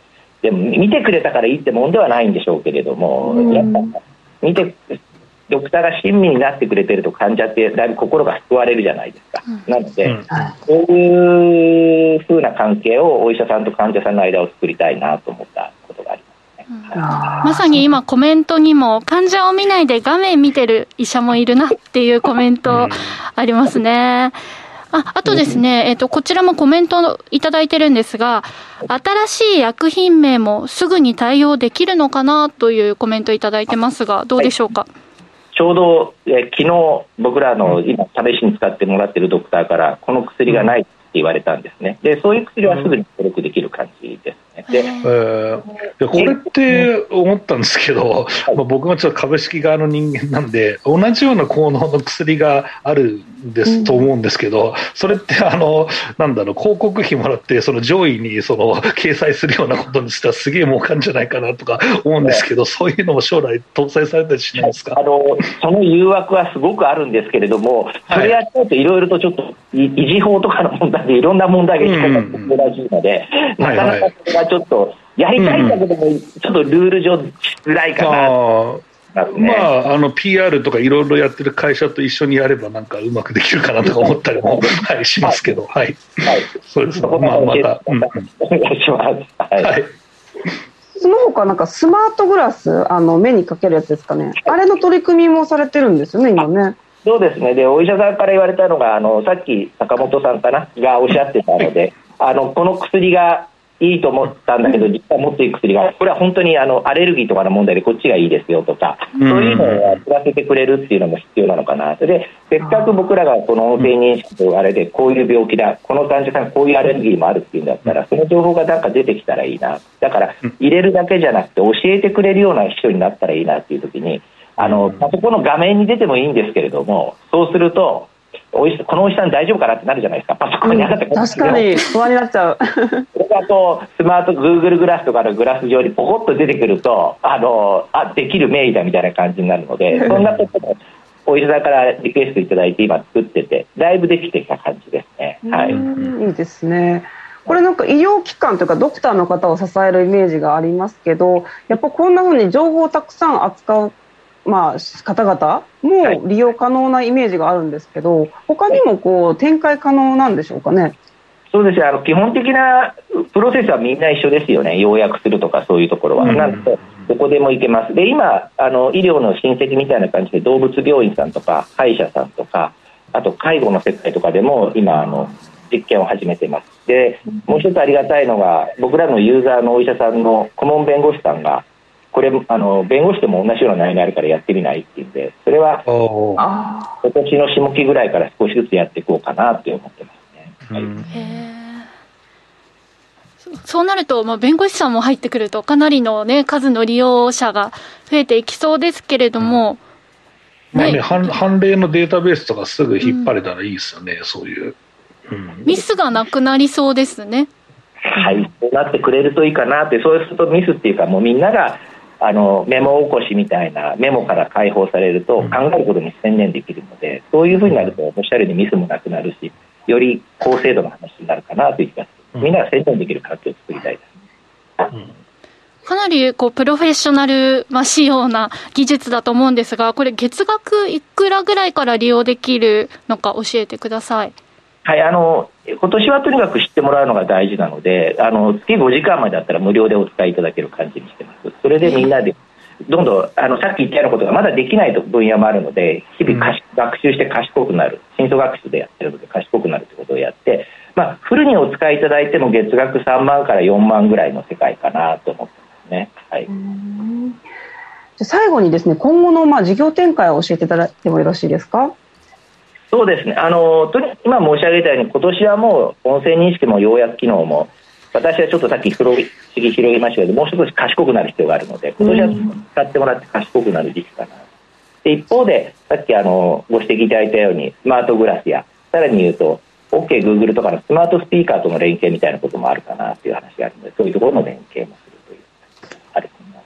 でも見てくれたからいいってもんではないんでしょうけれども、やっぱドクターが親身になってくれてると患者ってだいぶ心が救われるじゃないですか。なので、そういう風な関係をお医者さんと患者さんの間を作りたいなと思ったことがありますね。 まさに今コメントにも患者を見ないで画面見てる医者もいるなっていうコメントありますね。あとですね、こちらもコメントいただいてるんですが、新しい薬品名もすぐに対応できるのかなというコメントいただいてますが、どうでしょうか？ ちょうど、昨日僕らの今試しに使ってもらっているドクターからこの薬がないって言われたんですね。でそういう薬はすぐに登録できる感じですね。でこれって思ったんですけど、僕もちょっと株式側の人間なんで同じような効能の薬があるんですと思うんですけど、それってなんだろう、広告費もらってその上位に掲載するようなことにしてはすげえ儲かるんじゃないかなとか思うんですけど、そういうのも将来搭載されたりしないですか？ その誘惑はすごくあるんですけれども、それやっちゃうといろいろとちょっと維持法とかの問題でいろんな問題が引っかかってくるらしいので、なかなかそれがちょっとやりたいんだけども、ちょっとルール上しづらいかな。 PR とかいろいろやってる会社と一緒にやればなんかうまくできるかなとか思ったりも、しますけど、はい、そうです。また、お願いします。はい。 その他なんかスマートグラス、目にかけるやつですかね。あれの取り組みもされてるんですよね、今ね。 そうですね。で、お医者さんから言われたのが、さっき坂本さんかながおっしゃってたので、この薬がいいと思ったんだけど実は持っていく薬がこれは本当にアレルギーとかの問題でこっちがいいですよとか、そういうのを知らせてくれるっていうのも必要なのかな。でせっかく僕らがこの音声認識とあれでこういう病気だ、この患者さんこういうアレルギーもあるっていうんだったらその情報がなんか出てきたらいいな。だから入れるだけじゃなくて教えてくれるような人になったらいいなっていう時にパソコンの画面に出てもいいんですけれども、そうするとこのお医者さん大丈夫かなってなるじゃないですか、パソコンに上がってくる。 確かに不安になっちゃう。 それがスマート Google グラスとかのグラス上にポコッと出てくるとできる名医だみたいな感じになるので、そんなこともお医者さんからリクエストいただいて今作っててだいぶできてきた感じですね。はい、 いいですね。これなんか医療機関というかドクターの方を支えるイメージがありますけど、やっぱこんな風に情報をたくさん扱う方々も利用可能なイメージがあるんですけど、他にも展開可能なんでしょうかね。 そうですね。基本的なプロセスはみんな一緒ですよね。要約するとかそういうところは、なんでどこでも行けます。で今医療の親戚みたいな感じで動物病院さんとか歯医者さんとかあと介護の世界とかでも今実験を始めています。でもう一つありがたいのが僕らのユーザーのお医者さんの顧問弁護士さんがこれ弁護士でも同じような悩みあるからやってみないっていうんで、それは今年の下期ぐらいから少しずつやっていこうかなって思ってますね。 そうなると、弁護士さんも入ってくるとかなりの、数の利用者が増えていきそうですけれども、 判例のデータベースとかすぐ引っ張れたらいいですよね。そういう、 ミスがなくなりそうですね。 はい、そうなってくれるといいかなって。そうするとミスっていうかもうみんながメモ起こしみたいなメモから解放されると考えることに専念できるので、そういうふうになるとおっしゃるようにミスもなくなるし、より高精度の話になるかなという気がする。みんなが専念できる環境を作りたいです。 かなりプロフェッショナル、仕様な技術だと思うんですが、これ月額いくらぐらいから利用できるのか教えてください。 はい、今年はとにかく知ってもらうのが大事なので月5時間までだったら無料でお使いいただける感じにしてます。それでみんなでどんどんさっき言ったようなことがまだできない分野もあるので日々学習して賢くなる、深層学習でやってるので賢くなるということをやって、フルにお使いいただいても月額3万から4万ぐらいの世界かなと思ってますね。はい、 じゃ最後にですね、今後の事業展開を教えていただいてもよろしいですか。 そうですね。今申し上げたように今年はもう音声認識も要約機能も私はちょっとさっき広げましたけどもう少し賢くなる必要があるので今年は使ってもらって賢くなる時期かな。で一方でさっきご指摘いただいたようにスマートグラスやさらに言うと OKGoogle とかのスマートスピーカーとの連携みたいなこともあるかなという話があるので、そういうところの連携もするというあると思います。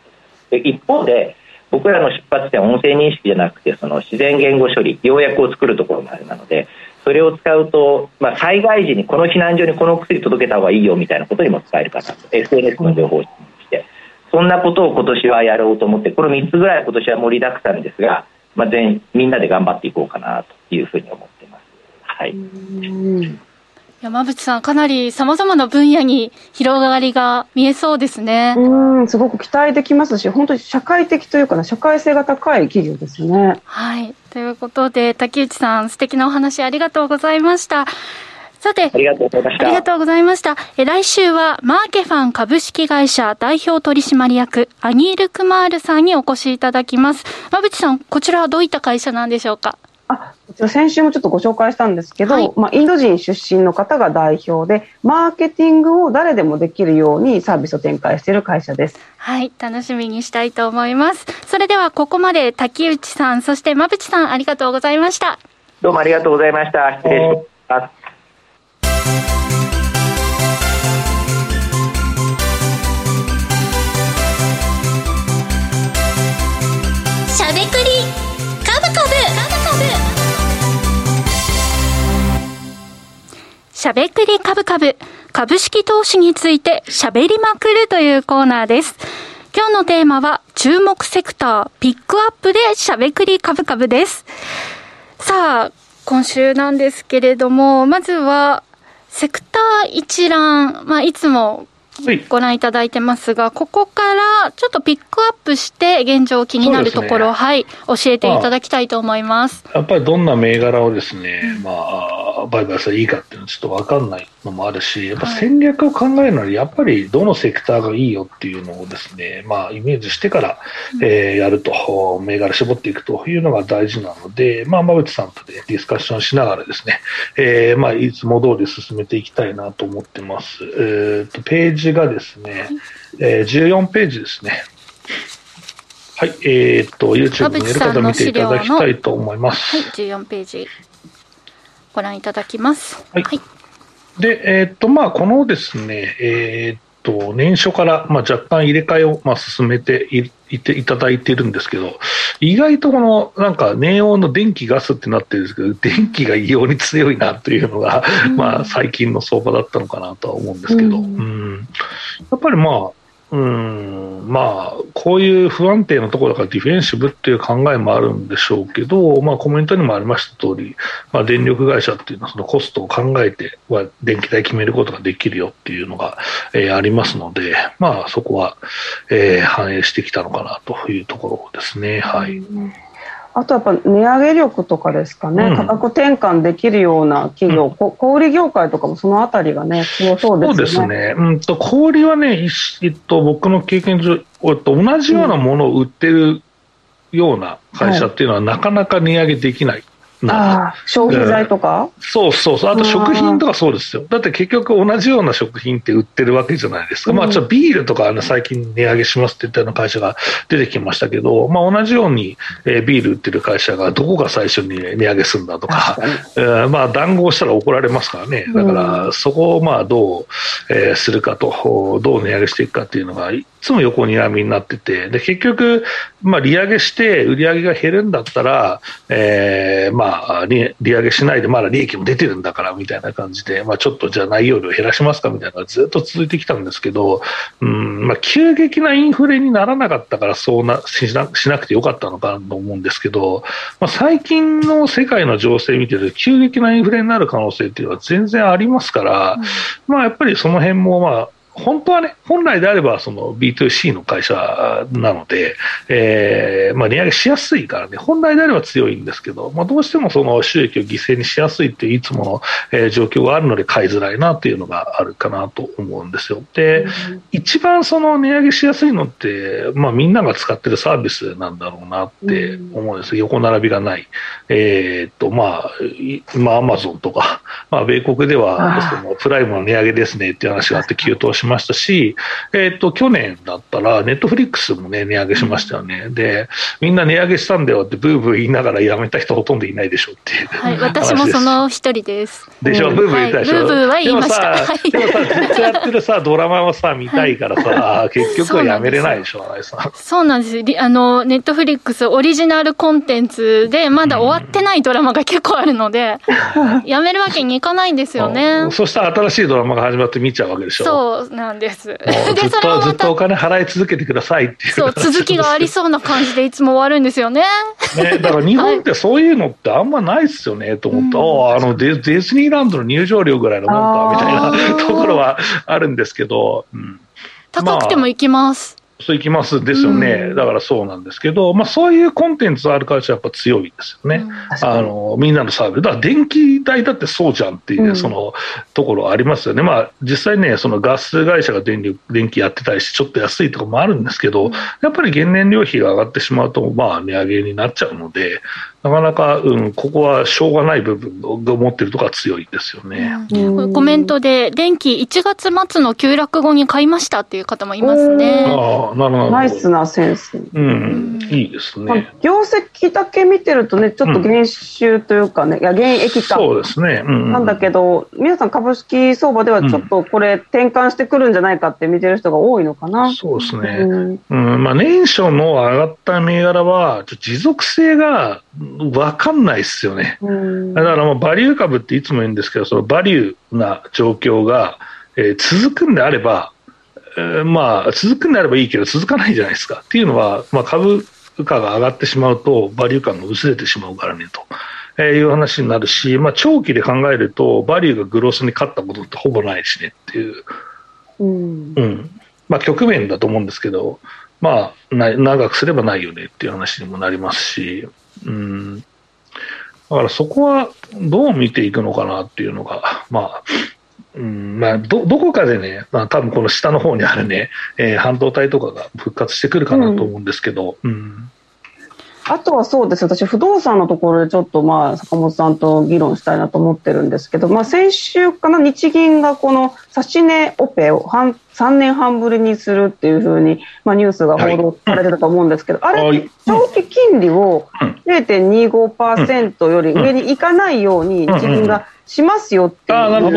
で一方で僕らの出発点は音声認識じゃなくてその自然言語処理要約を作るところもあるので、それを使うと、災害時にこの避難所にこの薬届けた方がいいよみたいなことにも使えるかなと。 SNS の情報をしてそんなことを今年はやろうと思って、この3つぐらい今年は盛りだくさんですが、みんなで頑張っていこうかなというふうに思っています。はい、 山渕さん、かなり様々な分野に広がりが見えそうですね。 すごく期待できますし、本当に社会的というか社会性が高い企業ですね。 はい、ということで竹内さん、素敵なお話ありがとうございました。 さて、 ありがとうございました。 ありがとうございました。来週はマーケファン株式会社代表取締役アニール・クマールさんにお越しいただきます。馬淵さん、こちらはどういった会社なんでしょうか？ こちら先週もちょっとご紹介したんですけど、インド人出身の方が代表で、マーケティングを誰でもできるようにサービスを展開している会社です。 はい、楽しみにしたいと思います。それではここまで竹内さん、そして馬淵さん、ありがとうございました。 どうもありがとうございました。失礼します。 しゃべくりカブカブ。 しゃべくりカブカブ、株式投資についてしゃべりまくるというコーナーです。今日のテーマは注目セクターピックアップでしゃべくりカブカブです。さあ、今週なんですけれども、まずはセクター一覧、いつもご覧いただいてますが、ここからちょっとピックアップして現状気になるところ、教えていただきたいと思います。 やっぱりどんな銘柄をですね、売買したらいいかっていうのはちょっと分かんないのもあるし、やっぱ戦略を考えるのにやっぱりどのセクターがいいよっていうのをですね、イメージしてから、やると、銘柄絞っていくというのが大事なので、馬淵さんとでディスカッションしながらですね、いつも通り進めていきたいなと思ってます。ページがですね、14ページですね。はい、YouTube にいる方見ていただきたいと思います。 はい、14ページご覧いただきます。 はい。で、このですね、年初から、若干入れ替えを、進めていただいているんですけど、意外とこのネオンの電気ガスってなってるんですけど、電気が異様に強いなというのが、最近の相場だったのかなとは思うんですけど、やっぱりこういう不安定なところだからディフェンシブっていう考えもあるんでしょうけど、コメントにもありました通り、電力会社っていうのはそのコストを考えては電気代決めることができるよっていうのが、ありますので、そこは、反映してきたのかなというところですね。はい。 あとやっぱ値上げ力とかですかね、価格転換できるような企業、小売業界とかもそのあたりがね、強そうですね。そうですね。 小売はね、僕の経験上、同じようなものを売ってるような会社っていうのは、なかなか値上げできない。 消費財とか、 そう。あと食品とかそうですよ。だって結局同じような食品って売ってるわけじゃないですか。ちょっとビールとか最近値上げしますって言ったような会社が出てきましたけど、同じようにビール売ってる会社がどこが最初に値上げするんだとか、談合したら怒られますからね。だからそこをどうするかと、どう値上げしていくかっていうのがいつも横にらみになってて、で結局利上げして売り上げが減るんだったら、利上げしないでまだ利益も出てるんだからみたいな感じで、ちょっとじゃあ内容量減らしますかみたいなのがずっと続いてきたんですけど、急激なインフレにならなかったからそうしなくてよかったのかなと思うんですけど、最近の世界の情勢見てると急激なインフレになる可能性っていうのは全然ありますから、やっぱりその辺も本当はね、本来であればその B2C の会社なので、値上げしやすいからね、本来であれば強いんですけど、どうしてもその収益を犠牲にしやすいっていういつもの、状況があるので買いづらいなっていうのがあるかなと思うんですよ。で、一番その値上げしやすいのって、みんなが使ってるサービスなんだろうなって思うんです。横並びがない。アマゾンとか、米国ではそのプライムの値上げですねっていう話があって急騰しましたし、去年だったらネットフリックスもね値上げしましたよね。で、みんな値上げしたんだよってブーブー言いながらやめた人ほとんどいないでしょっていう、 はい、私もその一人ですでしょ、ブーブー言ったでしょ、 ブーブーは言いました。 でもさずっとやってるドラマを見たいからさ、結局はやめれないでしょ。 そうなんです。ネットフリックスオリジナルコンテンツでまだ終わってないドラマが結構あるので、やめるわけにいかないんですよね。 そしたら新しいドラマが始まって見ちゃうわけでしょ。 そうなんです。ずっとお金払い続けてくださいっていう。 そう、続きがありそうな感じでいつも終わるんですよね。 だから日本ってそういうのってあんまないっすよねと思った。ディズニーランドの入場料ぐらいのもんかみたいなところはあるんですけど、 高くても行きます。 そういきますですよね、だからそうなんですけど、そういうコンテンツある会社はやっぱ強いですよね、みんなのサービス、だから電気代だってそうじゃんっていう、そのところありますよね、実際ね、そのガス会社が電気やってたりして、ちょっと安いところもあるんですけど、やっぱり原燃料費が上がってしまうと、値上げになっちゃうので、なかなか、ここはしょうがない部分を持っているところは強いですよね。 コメントで、電気1月末の急落後に買いましたっていう方もいますね。 なるほど。 ナイスなセンス。 いいですね。 業績だけ見てるとね、ちょっと減収というかね、減益か。 そうですね。 なんだけど、皆さん株式相場ではちょっとこれ転換してくるんじゃないかって見てる人が多いのかな。 そうですね。年初の上がった銘柄は、持続性が分かんないですよね。だからバリュー株っていつも言うんですけど、そのバリューな状況が、続くんであれば、続くんであればいいけど続かないじゃないですかっていうのは、株価が上がってしまうとバリュー感が薄れてしまうからねと、いう話になるし、長期で考えるとバリューがグロースに勝ったことってほぼないしねっていう、局面だと思うんですけど、長くすればないよねっていう話にもなりますし、だからそこはどう見ていくのかなっていうのが、どこかでね、多分この下の方にあるね、半導体とかが復活してくるかなと思うんですけど、 あとはそうです、私不動産のところでちょっと坂本さんと議論したいなと思ってるんですけど、先週かな、日銀がこの指値オペを3年半ぶりにするっていうふうに、ニュースが報道されてたと思うんですけど、あれ長期金利を 0.25% より上にいかないように日銀がしますよっていう、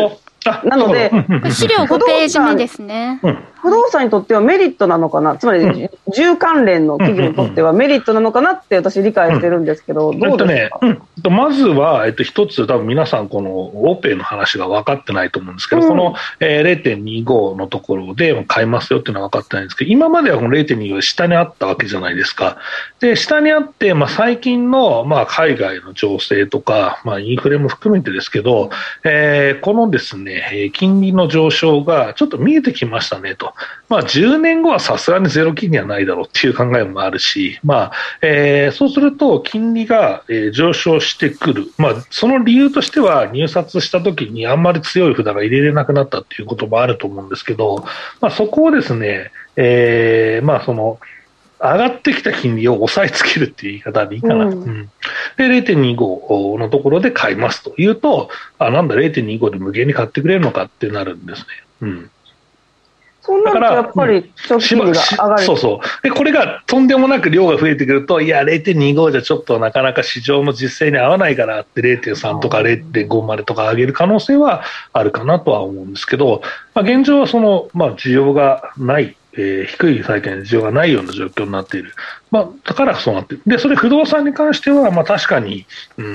なので資料5ページ目ですね。 不動産にとってはメリットなのかな、つまり住関連の企業にとってはメリットなのかなって私理解してるんですけど、どうですか？ まずは、一つ多分皆さんこのオペの話が分かってないと思うんですけど、この 0.25 のところで買いますよっていうのは分かってないんですけど、今まではこの 0.25 が下にあったわけじゃないですか。で下にあって、最近の海外の情勢とか、インフレも含めてですけど、このですね金利の上昇がちょっと見えてきましたねと。10年後はさすがにゼロ金利はないだろうっていう考えもあるし、そうすると金利が上昇してくる、その理由としては入札したときにあんまり強い札が入れれなくなったっていうこともあると思うんですけど、そこをですね、その上がってきた金利を抑えつけるっていう言い方でいいかな、で 0.25 のところで買いますというと、なんだ 0.25 で無限に買ってくれるのかってなるんですね。 そうなるとやっぱり長期金利が上がる。 そうでこれがとんでもなく量が増えてくると、いや 0.25 じゃちょっとなかなか市場の実勢に合わないからって 0.3 とか 0.5 までとか上げる可能性はあるかなとは思うんですけど、現状はその、需要がない、低い債券の需要がないような状況になっている、だからそうなっている。でそれ不動産に関しては、確かに、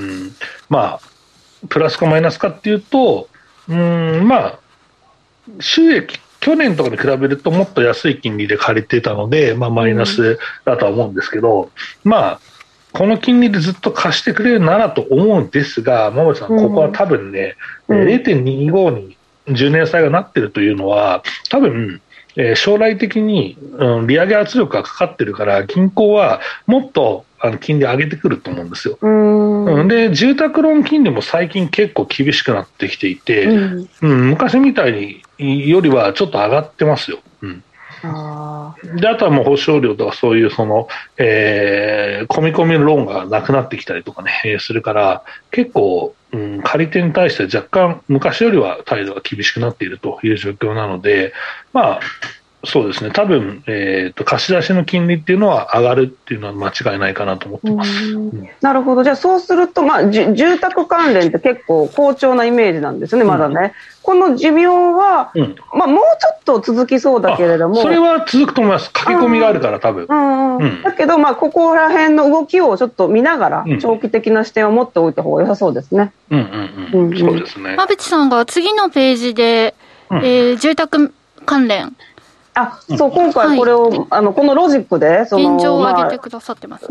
プラスかマイナスかっていうと、収益去年とかに比べるともっと安い金利で借りてたので、マイナスだとは思うんですけど、この金利でずっと貸してくれるならと思うんですが、馬渕さん、ここは多分ね、0.25 に10年債がなってるというのは、多分、将来的に、利上げ圧力がかかってるから、銀行はもっと金利上げてくると思うんですよ。で住宅ローン金利も最近結構厳しくなってきていて、昔みたいによりはちょっと上がってますよ。であとはもう保証料とかそういうその、込み込みのローンがなくなってきたりとかね、するから結構、借り手に対して若干昔よりは態度が厳しくなっているという状況なので、そうですね、多分、貸し出しの金利っていうのは上がるっていうのは間違いないかなと思ってます。 なるほど。じゃあそうすると、住宅関連って結構好調なイメージなんですよね、まだね。この寿命は、もうちょっと続きそうだけれども。 それは続くと思います。駆け込みがあるから多分。 だけど、ここら辺の動きをちょっと見ながら、長期的な視点を持っておいた方が良さそうですね。 そうですね。 馬渕さんが次のページで、住宅関連。 そう、今回これを、このロジックで、 現状を上げてくださってますね。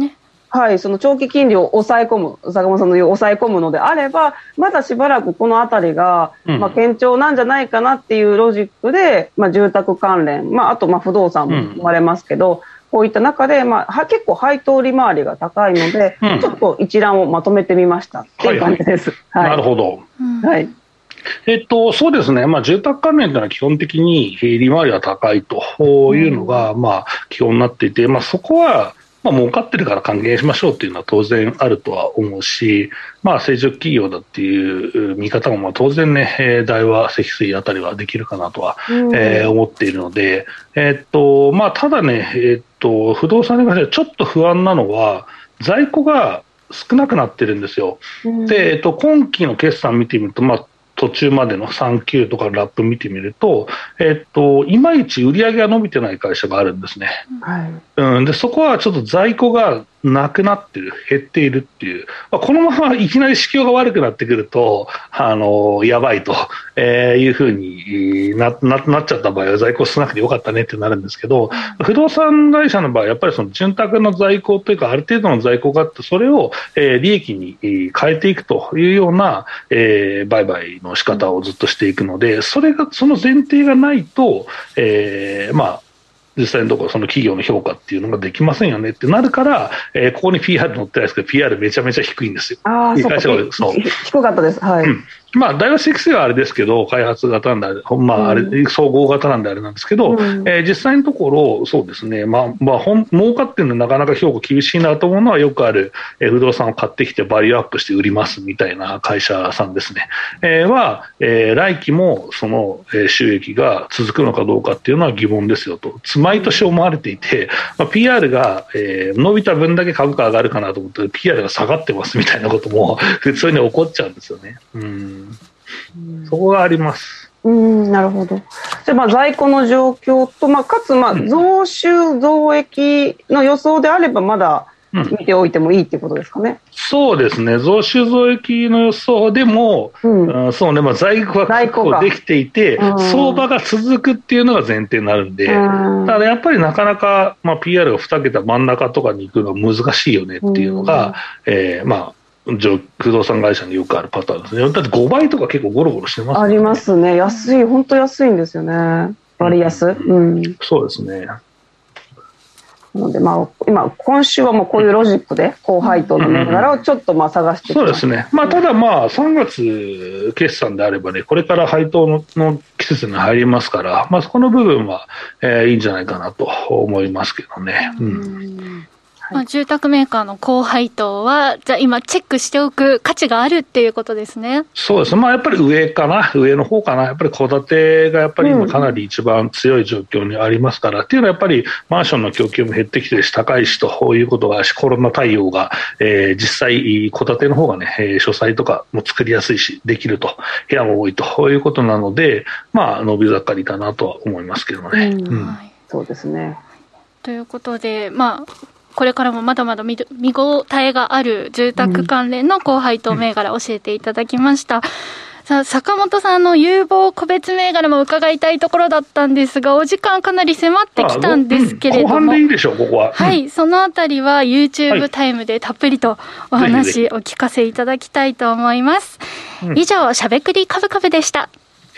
はい、その長期金利を抑え込む、坂本さんの言う抑え込むのであれば、まだしばらくこのあたりが、堅調なんじゃないかなっていうロジックで、住宅関連、あと不動産も生まれますけど、こういった中で、結構配当利回りが高いので、ちょっと一覧をまとめてみましたっていう感じです。 なるほど。 はい。 そうですね、住宅関連というのは基本的に利回りが高いというのが、基本になっていて、そこは、儲かってるから還元しましょうというのは当然あるとは思うし、成長企業だっていう見方も当然ね、大和積水あたりはできるかなとは、思っているので、ただね、不動産に関してはちょっと不安なのは、在庫が少なくなってるんですよ。で、今期の決算見てみると、途中までの3級とかラップ見てみると、いまいち売り上げが伸びてない会社があるんですね。でそこはちょっと在庫がなくなってる、減っているっていう、このままいきなり市況が悪くなってくると、やばいというふうに なっちゃった場合は在庫少なくてよかったねってなるんですけど、不動産会社の場合、やっぱりその潤沢の在庫というか、ある程度の在庫があって、それを利益に変えていくというような売買の仕方をずっとしていくので、その前提がないと、実際のところその企業の評価っていうのができませんよねってなるから、ここに PR 載ってないですけど PR めちゃめちゃ低いんですよ。 そう低かったです。はい。 大和積水はあれですけど、開発型なんで、あれ総合型なんであれなんですけど、実際のところ、そうですね、儲かってるのなかなか評価厳しいなと思うのは、よくある、不動産を買ってきてバリューアップして売りますみたいな会社さんですね。来期もその収益が続くのかどうかっていうのは疑問ですよと、毎年思われていて、PR が、伸びた分だけ株価上がるかなと思って、PR が下がってますみたいなことも普通に起こっちゃうんですよね。そこがあります。 なるほど。じゃあ在庫の状況と、かつ増収増益の予想であればまだ見ておいてもいいっていうことですかね。 そうですね。増収増益の予想でも、そうね、在庫が確保できていて、相場が続くっていうのが前提になるんで、ただやっぱりなかなか、PR が2桁真ん中とかに行くのは難しいよねっていうのが、不動産会社によくあるパターンですね。だって5倍とか結構ゴロゴロしてますね。 ありますね。本当安いんですよね。割安。 そうですね。 なので今週はもうこういうロジックで高配当の銘柄をちょっと探してきまそうですね。ただ3月決算であればね、これから配当の季節に入りますから、そこの部分は、いいんじゃないかなと思いますけどね。 住宅メーカーの高配当は、じゃあ今チェックしておく価値があるっていうことですね。 そうですね。やっぱり上の方かな。やっぱり戸建てがやっぱり今かなり一番強い状況にありますから、っていうのはやっぱりマンションの供給も減ってきてるし、高いしということがあるし、コロナ対応が、実際戸建ての方がね、書斎とかも作りやすいし、できると、部屋も多いということなので、伸び盛りだなとは思いますけどね。 そうですね。 ということで、これからもまだまだ見応えがある住宅関連の高配当銘柄教えていただきました。さあ、坂本さんの有望個別銘柄も伺いたいところだったんですが、お時間かなり迫ってきたんですけれども、 後半でいいでしょう、ここは。 はい、そのあたりは YouTube タイムでたっぷりとお話お聞かせいただきたいと思います。以上、しゃべくりカブカブでした。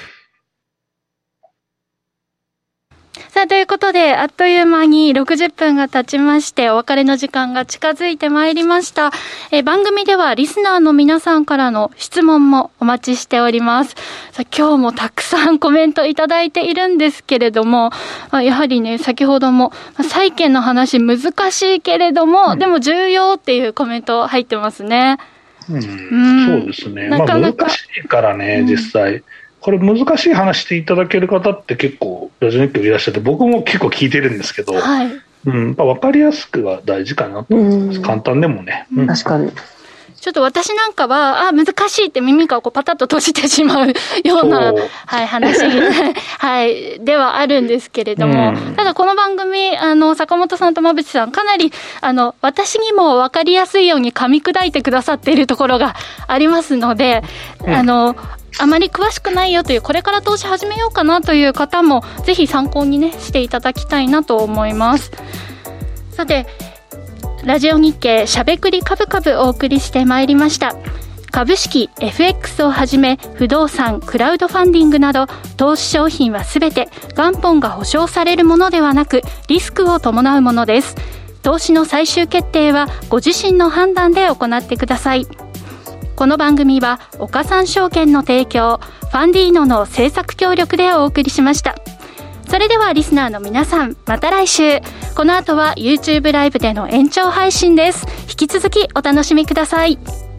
さあ、ということで、あっという間に60分が経ちまして、お別れの時間が近づいてまいりました。番組ではリスナーの皆さんからの質問もお待ちしております。さあ、今日もたくさんコメントいただいているんですけれども、やはりね、先ほども、債券の話難しいけれども、でも重要っていうコメント入ってますね。 そうですね。なかなか難しいからね、実際。これ難しい話していただける方って結構ラジオ日経いらっしゃって、僕も結構聞いてるんですけど、分かりやすくは大事かなと思います。簡単でもね。 確かに。 ちょっと私なんかは、難しいって耳がパタッと閉じてしまうような、話、ではあるんですけれども、ただこの番組、坂本さんと馬淵さん、かなり、私にも分かりやすいように噛み砕いてくださっているところがありますので、あまり詳しくないよという、これから投資始めようかなという方も、ぜひ参考にね、していただきたいなと思います。さて、 ラジオ日経しゃべくりカブカブお送りしてまいりました。株式、FX をはじめ不動産、クラウドファンディングなど投資商品はすべて元本が保証されるものではなくリスクを伴うものです。投資の最終決定はご自身の判断で行ってください。この番組は岡三証券の提供、ファンディーノの制作協力でお送りしました。それではリスナーの皆さん、また来週。この後は YouTube ライブでの延長配信です。引き続きお楽しみください。